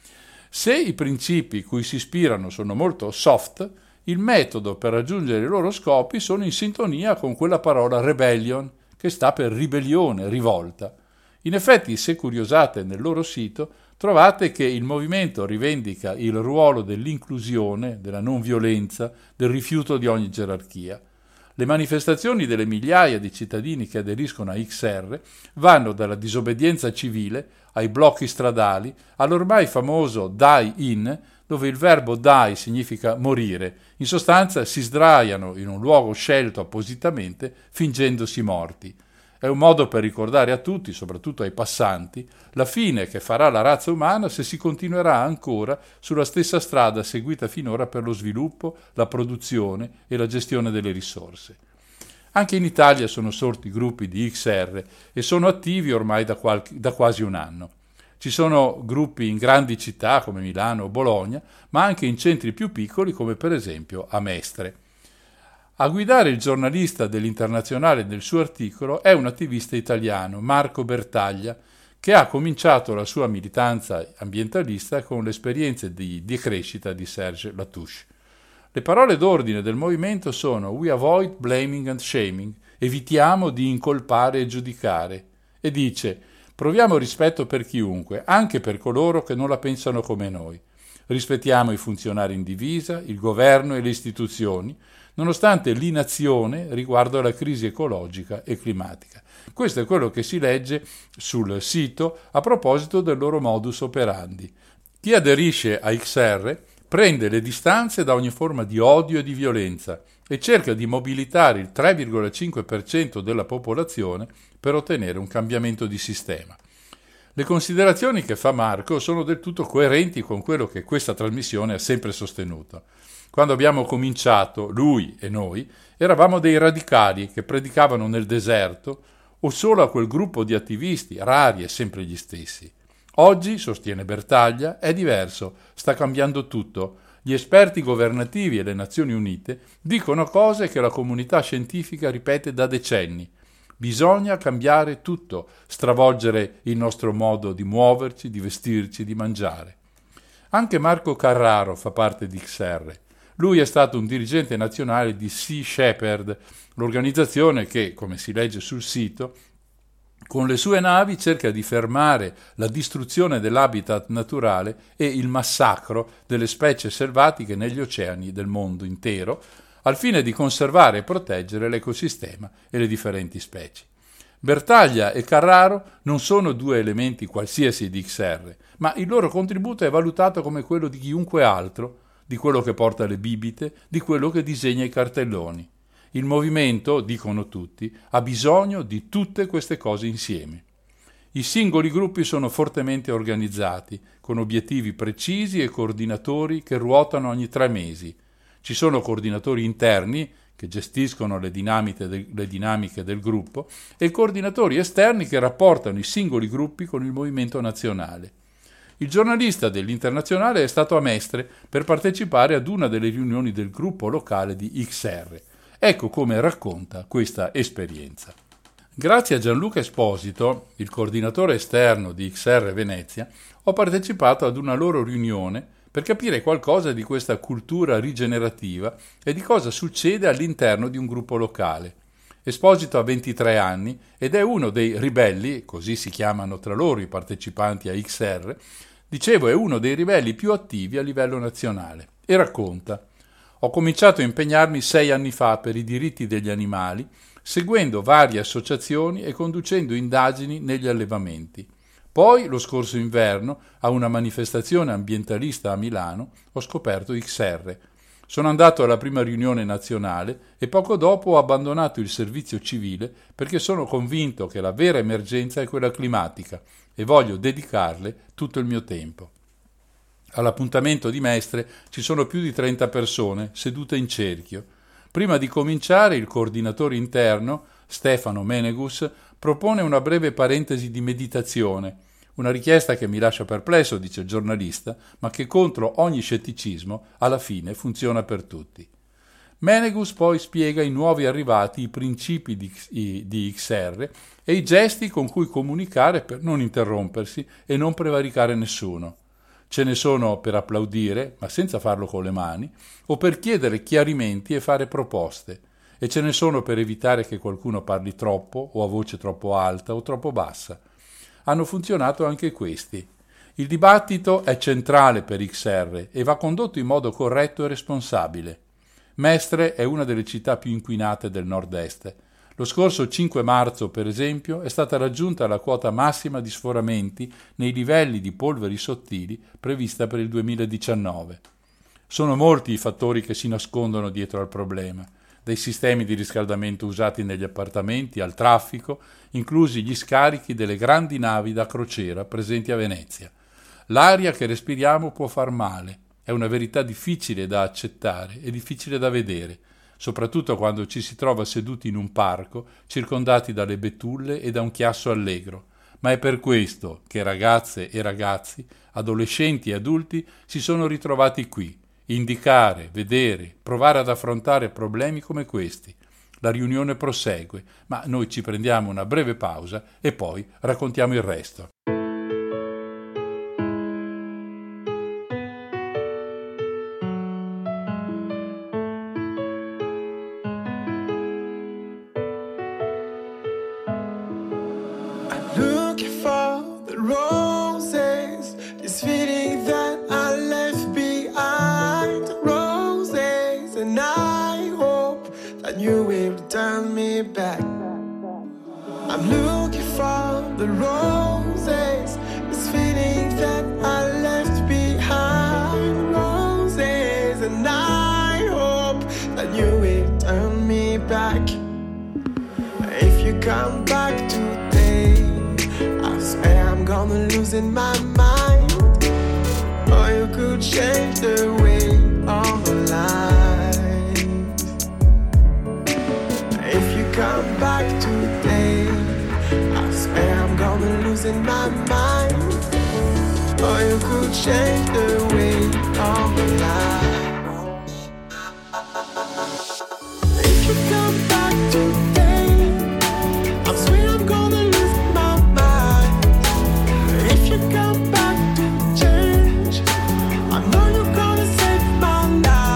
Se i principi cui si ispirano sono molto soft, il metodo per raggiungere i loro scopi sono in sintonia con quella parola rebellion, che sta per ribellione, rivolta. In effetti, se curiosate nel loro sito, trovate che il movimento rivendica il ruolo dell'inclusione, della non violenza, del rifiuto di ogni gerarchia. Le manifestazioni delle migliaia di cittadini che aderiscono a X R vanno dalla disobbedienza civile ai blocchi stradali all'ormai famoso Die In, dove il verbo die significa morire. In sostanza si sdraiano in un luogo scelto appositamente fingendosi morti. È un modo per ricordare a tutti, soprattutto ai passanti, la fine che farà la razza umana se si continuerà ancora sulla stessa strada seguita finora per lo sviluppo, la produzione e la gestione delle risorse. Anche in Italia sono sorti gruppi di X R e sono attivi ormai da, qualche, da quasi un anno. Ci sono gruppi in grandi città come Milano o Bologna, ma anche in centri più piccoli come per esempio a Mestre. A guidare il giornalista dell'Internazionale nel suo articolo è un attivista italiano, Marco Bertaglia, che ha cominciato la sua militanza ambientalista con le esperienze di decrescita di Serge Latouche. Le parole d'ordine del movimento sono «We avoid blaming and shaming», evitiamo di incolpare e giudicare, e dice «proviamo rispetto per chiunque, anche per coloro che non la pensano come noi. Rispettiamo i funzionari in divisa, il governo e le istituzioni, nonostante l'inazione riguardo alla crisi ecologica e climatica». Questo è quello che si legge sul sito a proposito del loro modus operandi. Chi aderisce a X R prende le distanze da ogni forma di odio e di violenza e cerca di mobilitare il tre virgola cinque per cento della popolazione per ottenere un cambiamento di sistema. Le considerazioni che fa Marco sono del tutto coerenti con quello che questa trasmissione ha sempre sostenuto. Quando abbiamo cominciato, lui e noi, eravamo dei radicali che predicavano nel deserto o solo a quel gruppo di attivisti, rari e sempre gli stessi. Oggi, sostiene Bertaglia, è diverso, sta cambiando tutto. Gli esperti governativi e le Nazioni Unite dicono cose che la comunità scientifica ripete da decenni. Bisogna cambiare tutto, stravolgere il nostro modo di muoverci, di vestirci, di mangiare. Anche Marco Carraro fa parte di X R. Lui è stato un dirigente nazionale di Sea Shepherd, l'organizzazione che, come si legge sul sito, con le sue navi cerca di fermare la distruzione dell'habitat naturale e il massacro delle specie selvatiche negli oceani del mondo intero, al fine di conservare e proteggere l'ecosistema e le differenti specie. Bertaglia e Carraro non sono due elementi qualsiasi di X R, ma il loro contributo è valutato come quello di chiunque altro, di quello che porta le bibite, di quello che disegna i cartelloni. Il movimento, dicono tutti, ha bisogno di tutte queste cose insieme. I singoli gruppi sono fortemente organizzati, con obiettivi precisi e coordinatori che ruotano ogni tre mesi. Ci sono coordinatori interni che gestiscono le dinamiche, de- le dinamiche del gruppo e coordinatori esterni che rapportano i singoli gruppi con il movimento nazionale. Il giornalista dell'Internazionale è stato a Mestre per partecipare ad una delle riunioni del gruppo locale di X R. Ecco come racconta questa esperienza. Grazie a Gianluca Esposito, il coordinatore esterno di X R Venezia, ho partecipato ad una loro riunione per capire qualcosa di questa cultura rigenerativa e di cosa succede all'interno di un gruppo locale. Esposito ha ventitré anni ed è uno dei ribelli, così si chiamano tra loro i partecipanti a X R, dicevo è uno dei ribelli più attivi a livello nazionale, e racconta: ho cominciato a impegnarmi sei anni fa per i diritti degli animali, seguendo varie associazioni e conducendo indagini negli allevamenti. Poi, lo scorso inverno, a una manifestazione ambientalista a Milano, ho scoperto X R. Sono andato alla prima riunione nazionale e poco dopo ho abbandonato il servizio civile perché sono convinto che la vera emergenza è quella climatica e voglio dedicarle tutto il mio tempo. All'appuntamento di Mestre ci sono più di trenta persone sedute in cerchio. Prima di cominciare, il coordinatore interno, Stefano Menegus, propone una breve parentesi di meditazione, una richiesta che mi lascia perplesso, dice il giornalista, ma che contro ogni scetticismo alla fine funziona per tutti. Menegus poi spiega ai nuovi arrivati i principi di, di X R e i gesti con cui comunicare per non interrompersi e non prevaricare nessuno. Ce ne sono per applaudire, ma senza farlo con le mani, o per chiedere chiarimenti e fare proposte, e ce ne sono per evitare che qualcuno parli troppo o a voce troppo alta o troppo bassa. Hanno funzionato anche questi. Il dibattito è centrale per X R e va condotto in modo corretto e responsabile. Mestre è una delle città più inquinate del nord-est. Lo scorso cinque marzo, per esempio, è stata raggiunta la quota massima di sforamenti nei livelli di polveri sottili prevista per il duemiladiciannove. Sono molti i fattori che si nascondono dietro al problema, dai sistemi di riscaldamento usati negli appartamenti al traffico, inclusi gli scarichi delle grandi navi da crociera presenti a Venezia. L'aria che respiriamo può far male, è una verità difficile da accettare e difficile da vedere, soprattutto quando ci si trova seduti in un parco, circondati dalle betulle e da un chiasso allegro. Ma è per questo che ragazze e ragazzi, adolescenti e adulti si sono ritrovati qui, indicare, vedere, provare ad affrontare problemi come questi. La riunione prosegue, ma noi ci prendiamo una breve pausa e poi raccontiamo il resto. You will turn me back. I'm looking for the roses, this feeling that I left behind. Roses, and I hope that you will turn me back. If you come back today, I swear I'm gonna lose in my mind. Or you could change the way of life. Come back today, I swear I'm gonna lose in my mind. Or you could change the way of life. If you come back today, I swear I'm gonna lose my mind. If you come back to change, I know you're gonna save my life.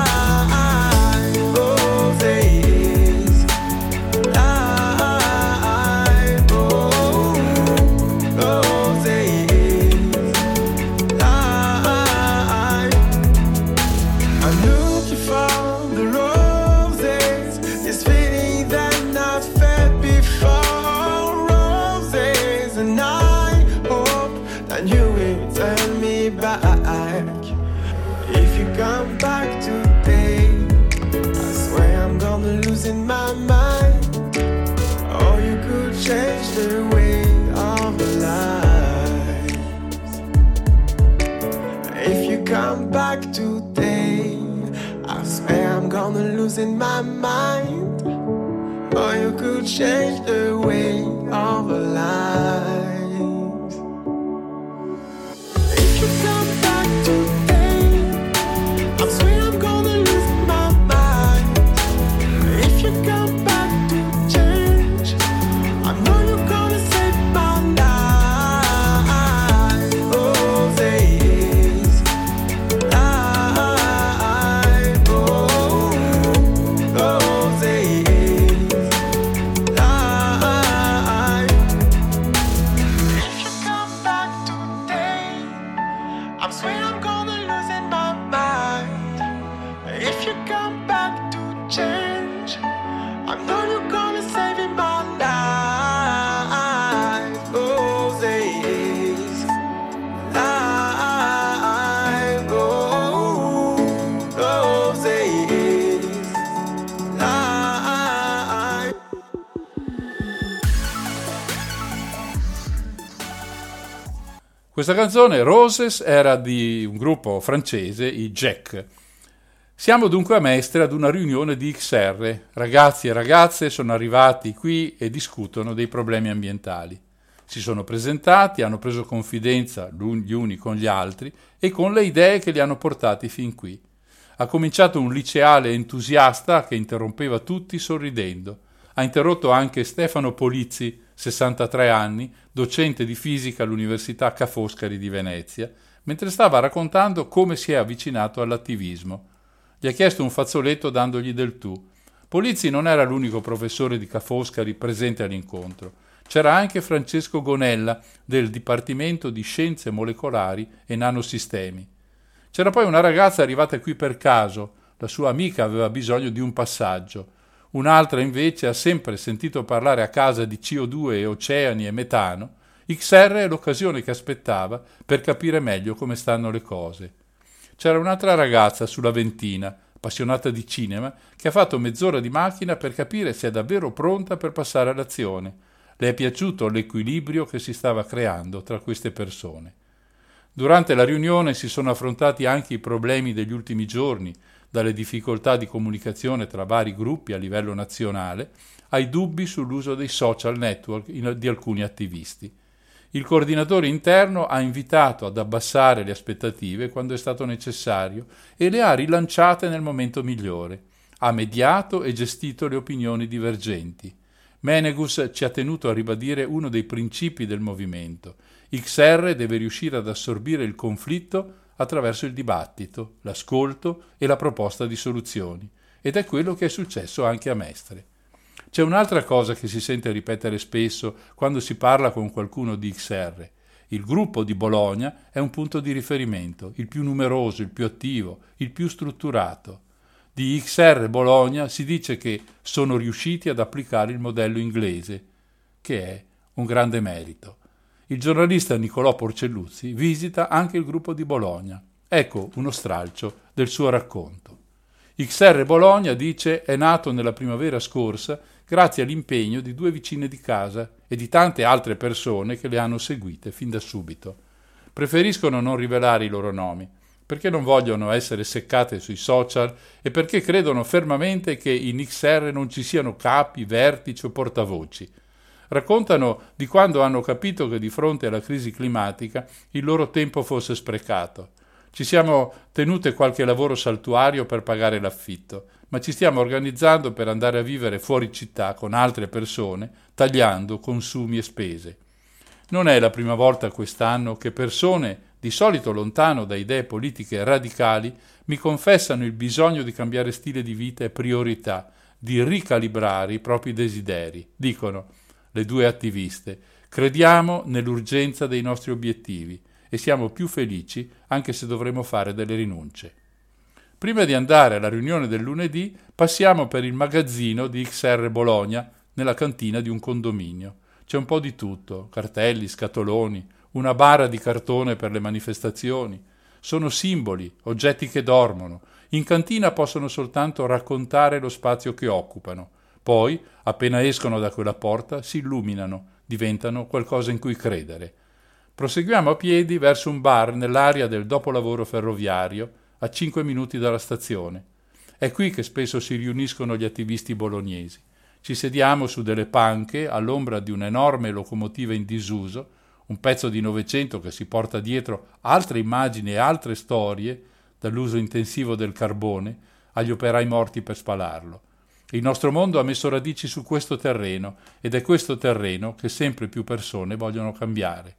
Come back today, I swear I'm gonna lose in my mind. Or you could change the way of life. If you come back today, I losing my mind, or you could change the way of our lives. If you come back today, I swear I'm gonna lose my mind. If you come back to change, I know you're gonna save my life. Oh, days, life, oh, oh, days, life. If you come back today, I swear I'm gonna lose in my mind. If you come back to change, I know you're gonna save in my life. Oh, days, life, oh, oh, days, life. Questa canzone, Roses, era di un gruppo francese, i Jack. Siamo dunque a Mestre ad una riunione di X R. Ragazzi e ragazze sono arrivati qui e discutono dei problemi ambientali. Si sono presentati, hanno preso confidenza gli uni con gli altri e con le idee che li hanno portati fin qui. Ha cominciato un liceale entusiasta che interrompeva tutti sorridendo. Ha interrotto anche Stefano Polizzi, sessantatré anni, docente di fisica all'Università Ca' Foscari di Venezia, mentre stava raccontando come si è avvicinato all'attivismo. Gli ha chiesto un fazzoletto dandogli del tu. Polizzi non era l'unico professore di Ca' Foscari presente all'incontro. C'era anche Francesco Gonella del Dipartimento di Scienze Molecolari e Nanosistemi. C'era poi una ragazza arrivata qui per caso, la sua amica aveva bisogno di un passaggio. Un'altra invece ha sempre sentito parlare a casa di C O due e oceani e metano. X R è l'occasione che aspettava per capire meglio come stanno le cose. C'era un'altra ragazza sulla ventina, appassionata di cinema, che ha fatto mezz'ora di macchina per capire se è davvero pronta per passare all'azione. Le è piaciuto l'equilibrio che si stava creando tra queste persone. Durante la riunione si sono affrontati anche i problemi degli ultimi giorni, dalle difficoltà di comunicazione tra vari gruppi a livello nazionale, ai dubbi sull'uso dei social network di alcuni attivisti. Il coordinatore interno ha invitato ad abbassare le aspettative quando è stato necessario e le ha rilanciate nel momento migliore. Ha mediato e gestito le opinioni divergenti. Menegus ci ha tenuto a ribadire uno dei principi del movimento. X R deve riuscire ad assorbire il conflitto attraverso il dibattito, l'ascolto e la proposta di soluzioni. Ed è quello che è successo anche a Mestre. C'è un'altra cosa che si sente ripetere spesso quando si parla con qualcuno di X R. Il gruppo di Bologna è un punto di riferimento, il più numeroso, il più attivo, il più strutturato. Di X R Bologna si dice che sono riusciti ad applicare il modello inglese, che è un grande merito. Il giornalista Nicolò Porcelluzzi visita anche il gruppo di Bologna. Ecco uno stralcio del suo racconto. X R Bologna, dice, è nato nella primavera scorsa grazie all'impegno di due vicine di casa e di tante altre persone che le hanno seguite fin da subito. Preferiscono non rivelare i loro nomi, perché non vogliono essere seccate sui social e perché credono fermamente che in X R non ci siano capi, vertici o portavoci. Raccontano di quando hanno capito che di fronte alla crisi climatica il loro tempo fosse sprecato. Ci siamo tenute qualche lavoro saltuario per pagare l'affitto, ma ci stiamo organizzando per andare a vivere fuori città con altre persone, tagliando consumi e spese. Non è la prima volta quest'anno che persone, di solito lontano da idee politiche radicali, mi confessano il bisogno di cambiare stile di vita e priorità, di ricalibrare i propri desideri. Dicono le due attiviste: crediamo nell'urgenza dei nostri obiettivi e siamo più felici anche se dovremo fare delle rinunce. Prima di andare alla riunione del lunedì passiamo per il magazzino di X R Bologna nella cantina di un condominio. C'è un po' di tutto, cartelli, scatoloni, una bara di cartone per le manifestazioni. Sono simboli, oggetti che dormono. In cantina possono soltanto raccontare lo spazio che occupano. Poi, appena escono da quella porta, si illuminano, diventano qualcosa in cui credere. Proseguiamo a piedi verso un bar nell'area del dopolavoro ferroviario, a cinque minuti dalla stazione. È qui che spesso si riuniscono gli attivisti bolognesi. Ci sediamo su delle panche all'ombra di un'enorme locomotiva in disuso, un pezzo di Novecento che si porta dietro altre immagini e altre storie, dall'uso intensivo del carbone agli operai morti per spalarlo. Il nostro mondo ha messo radici su questo terreno ed è questo terreno che sempre più persone vogliono cambiare.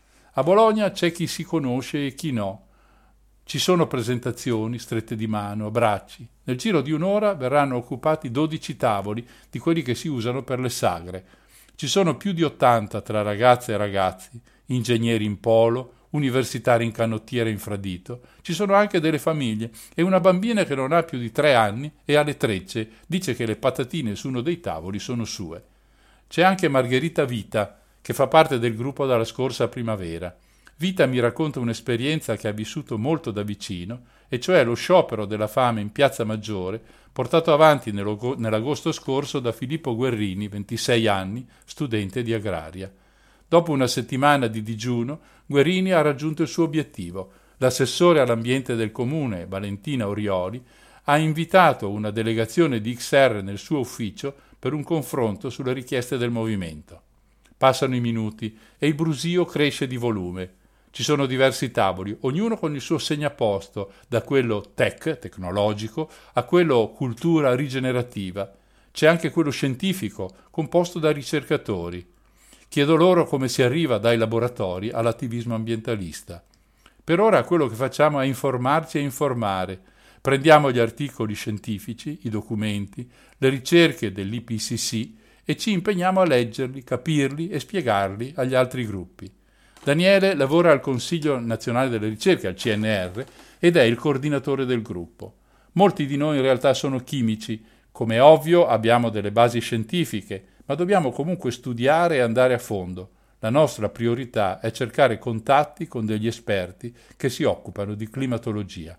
A Bologna c'è chi si conosce e chi no. Ci sono presentazioni, strette di mano, abbracci. Nel giro di un'ora verranno occupati dodici tavoli di quelli che si usano per le sagre. Ci sono più di ottanta tra ragazze e ragazzi, ingegneri in polo, universitari in canottiera e infradito. Ci sono anche delle famiglie e una bambina che non ha più di tre anni e alle trecce dice che le patatine su uno dei tavoli sono sue. C'è anche Margherita Vita, che fa parte del gruppo dalla scorsa primavera. Vita mi racconta un'esperienza che ha vissuto molto da vicino, e cioè lo sciopero della fame in Piazza Maggiore, portato avanti nell'agosto scorso da Filippo Guerrini, ventisei anni, studente di agraria. Dopo una settimana di digiuno, Guerrini ha raggiunto il suo obiettivo. L'assessore all'ambiente del comune, Valentina Orioli, ha invitato una delegazione di X R nel suo ufficio per un confronto sulle richieste del movimento. Passano i minuti e il brusio cresce di volume. Ci sono diversi tavoli, ognuno con il suo segnaposto, da quello tech, tecnologico, a quello cultura rigenerativa. C'è anche quello scientifico, composto da ricercatori. Chiedo loro come si arriva dai laboratori all'attivismo ambientalista. Per ora quello che facciamo è informarci e informare. Prendiamo gli articoli scientifici, i documenti, le ricerche dell'I P C C e ci impegniamo a leggerli, capirli e spiegarli agli altri gruppi. Daniele lavora al Consiglio Nazionale delle Ricerche, al C N R, ed è il coordinatore del gruppo. Molti di noi in realtà sono chimici. Come è ovvio abbiamo delle basi scientifiche, ma dobbiamo comunque studiare e andare a fondo. La nostra priorità è cercare contatti con degli esperti che si occupano di climatologia.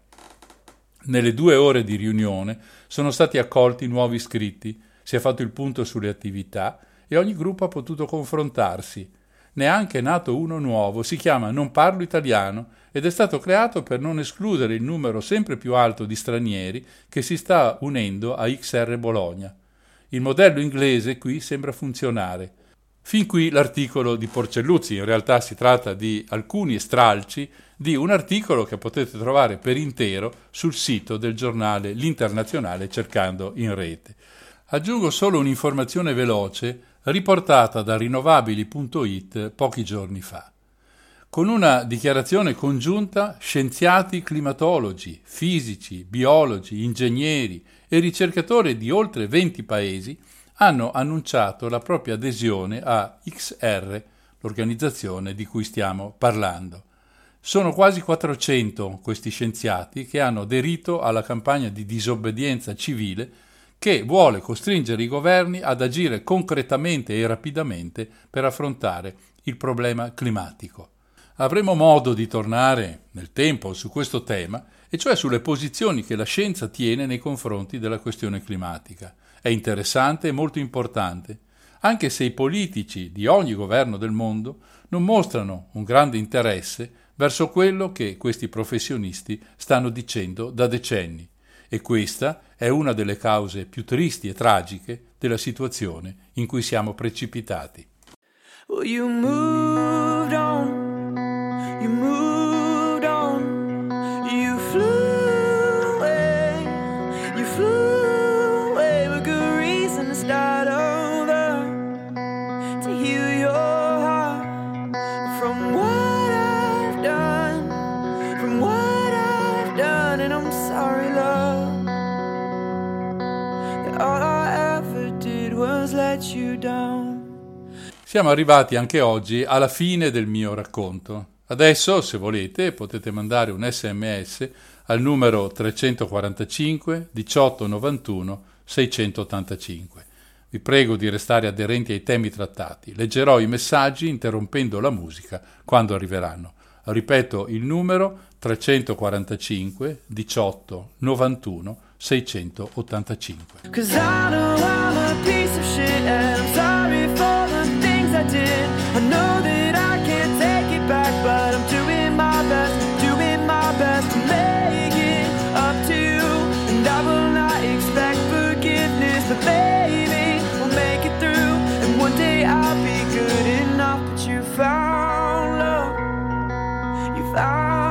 Nelle due ore di riunione sono stati accolti nuovi iscritti, si è fatto il punto sulle attività e ogni gruppo ha potuto confrontarsi. Ne è anche nato uno nuovo, si chiama Non Parlo Italiano ed è stato creato per non escludere il numero sempre più alto di stranieri che si sta unendo a X R Bologna. Il modello inglese qui sembra funzionare. Fin qui l'articolo di Porcelluzzi, in realtà si tratta di alcuni stralci di un articolo che potete trovare per intero sul sito del giornale L'Internazionale cercando in rete. Aggiungo solo un'informazione veloce riportata da rinnovabili punto it pochi giorni fa. Con una dichiarazione congiunta, scienziati climatologi, fisici, biologi, ingegneri e ricercatori di oltre venti paesi hanno annunciato la propria adesione a X R, l'organizzazione di cui stiamo parlando. Sono quasi quattrocento questi scienziati che hanno aderito alla campagna di disobbedienza civile che vuole costringere i governi ad agire concretamente e rapidamente per affrontare il problema climatico. Avremo modo di tornare nel tempo su questo tema, e cioè sulle posizioni che la scienza tiene nei confronti della questione climatica. È interessante e molto importante, anche se i politici di ogni governo del mondo non mostrano un grande interesse verso quello che questi professionisti stanno dicendo da decenni. E questa è una delle cause più tristi e tragiche della situazione in cui siamo precipitati. Well, you moved on, you moved on, you flew away, you flew away with good reason to start over, to heal your heart from what I've done, from what I've done, and I'm sorry, love, that all I ever did was let you down. Siamo arrivati anche oggi alla fine del mio racconto. Adesso, se volete, potete mandare un sms al numero trecentoquarantacinque diciotto novantuno seicentottantacinque. Vi prego di restare aderenti ai temi trattati. Leggerò i messaggi interrompendo la musica quando arriveranno. Ripeto il numero trecentoquarantacinque diciotto novantuno seicentottantacinque. Cause I know I'm a piece of shit and I'm sorry for the things I did. I know that I can't take it back, but I'm doing my best, doing my best to make it up to you. And I will not without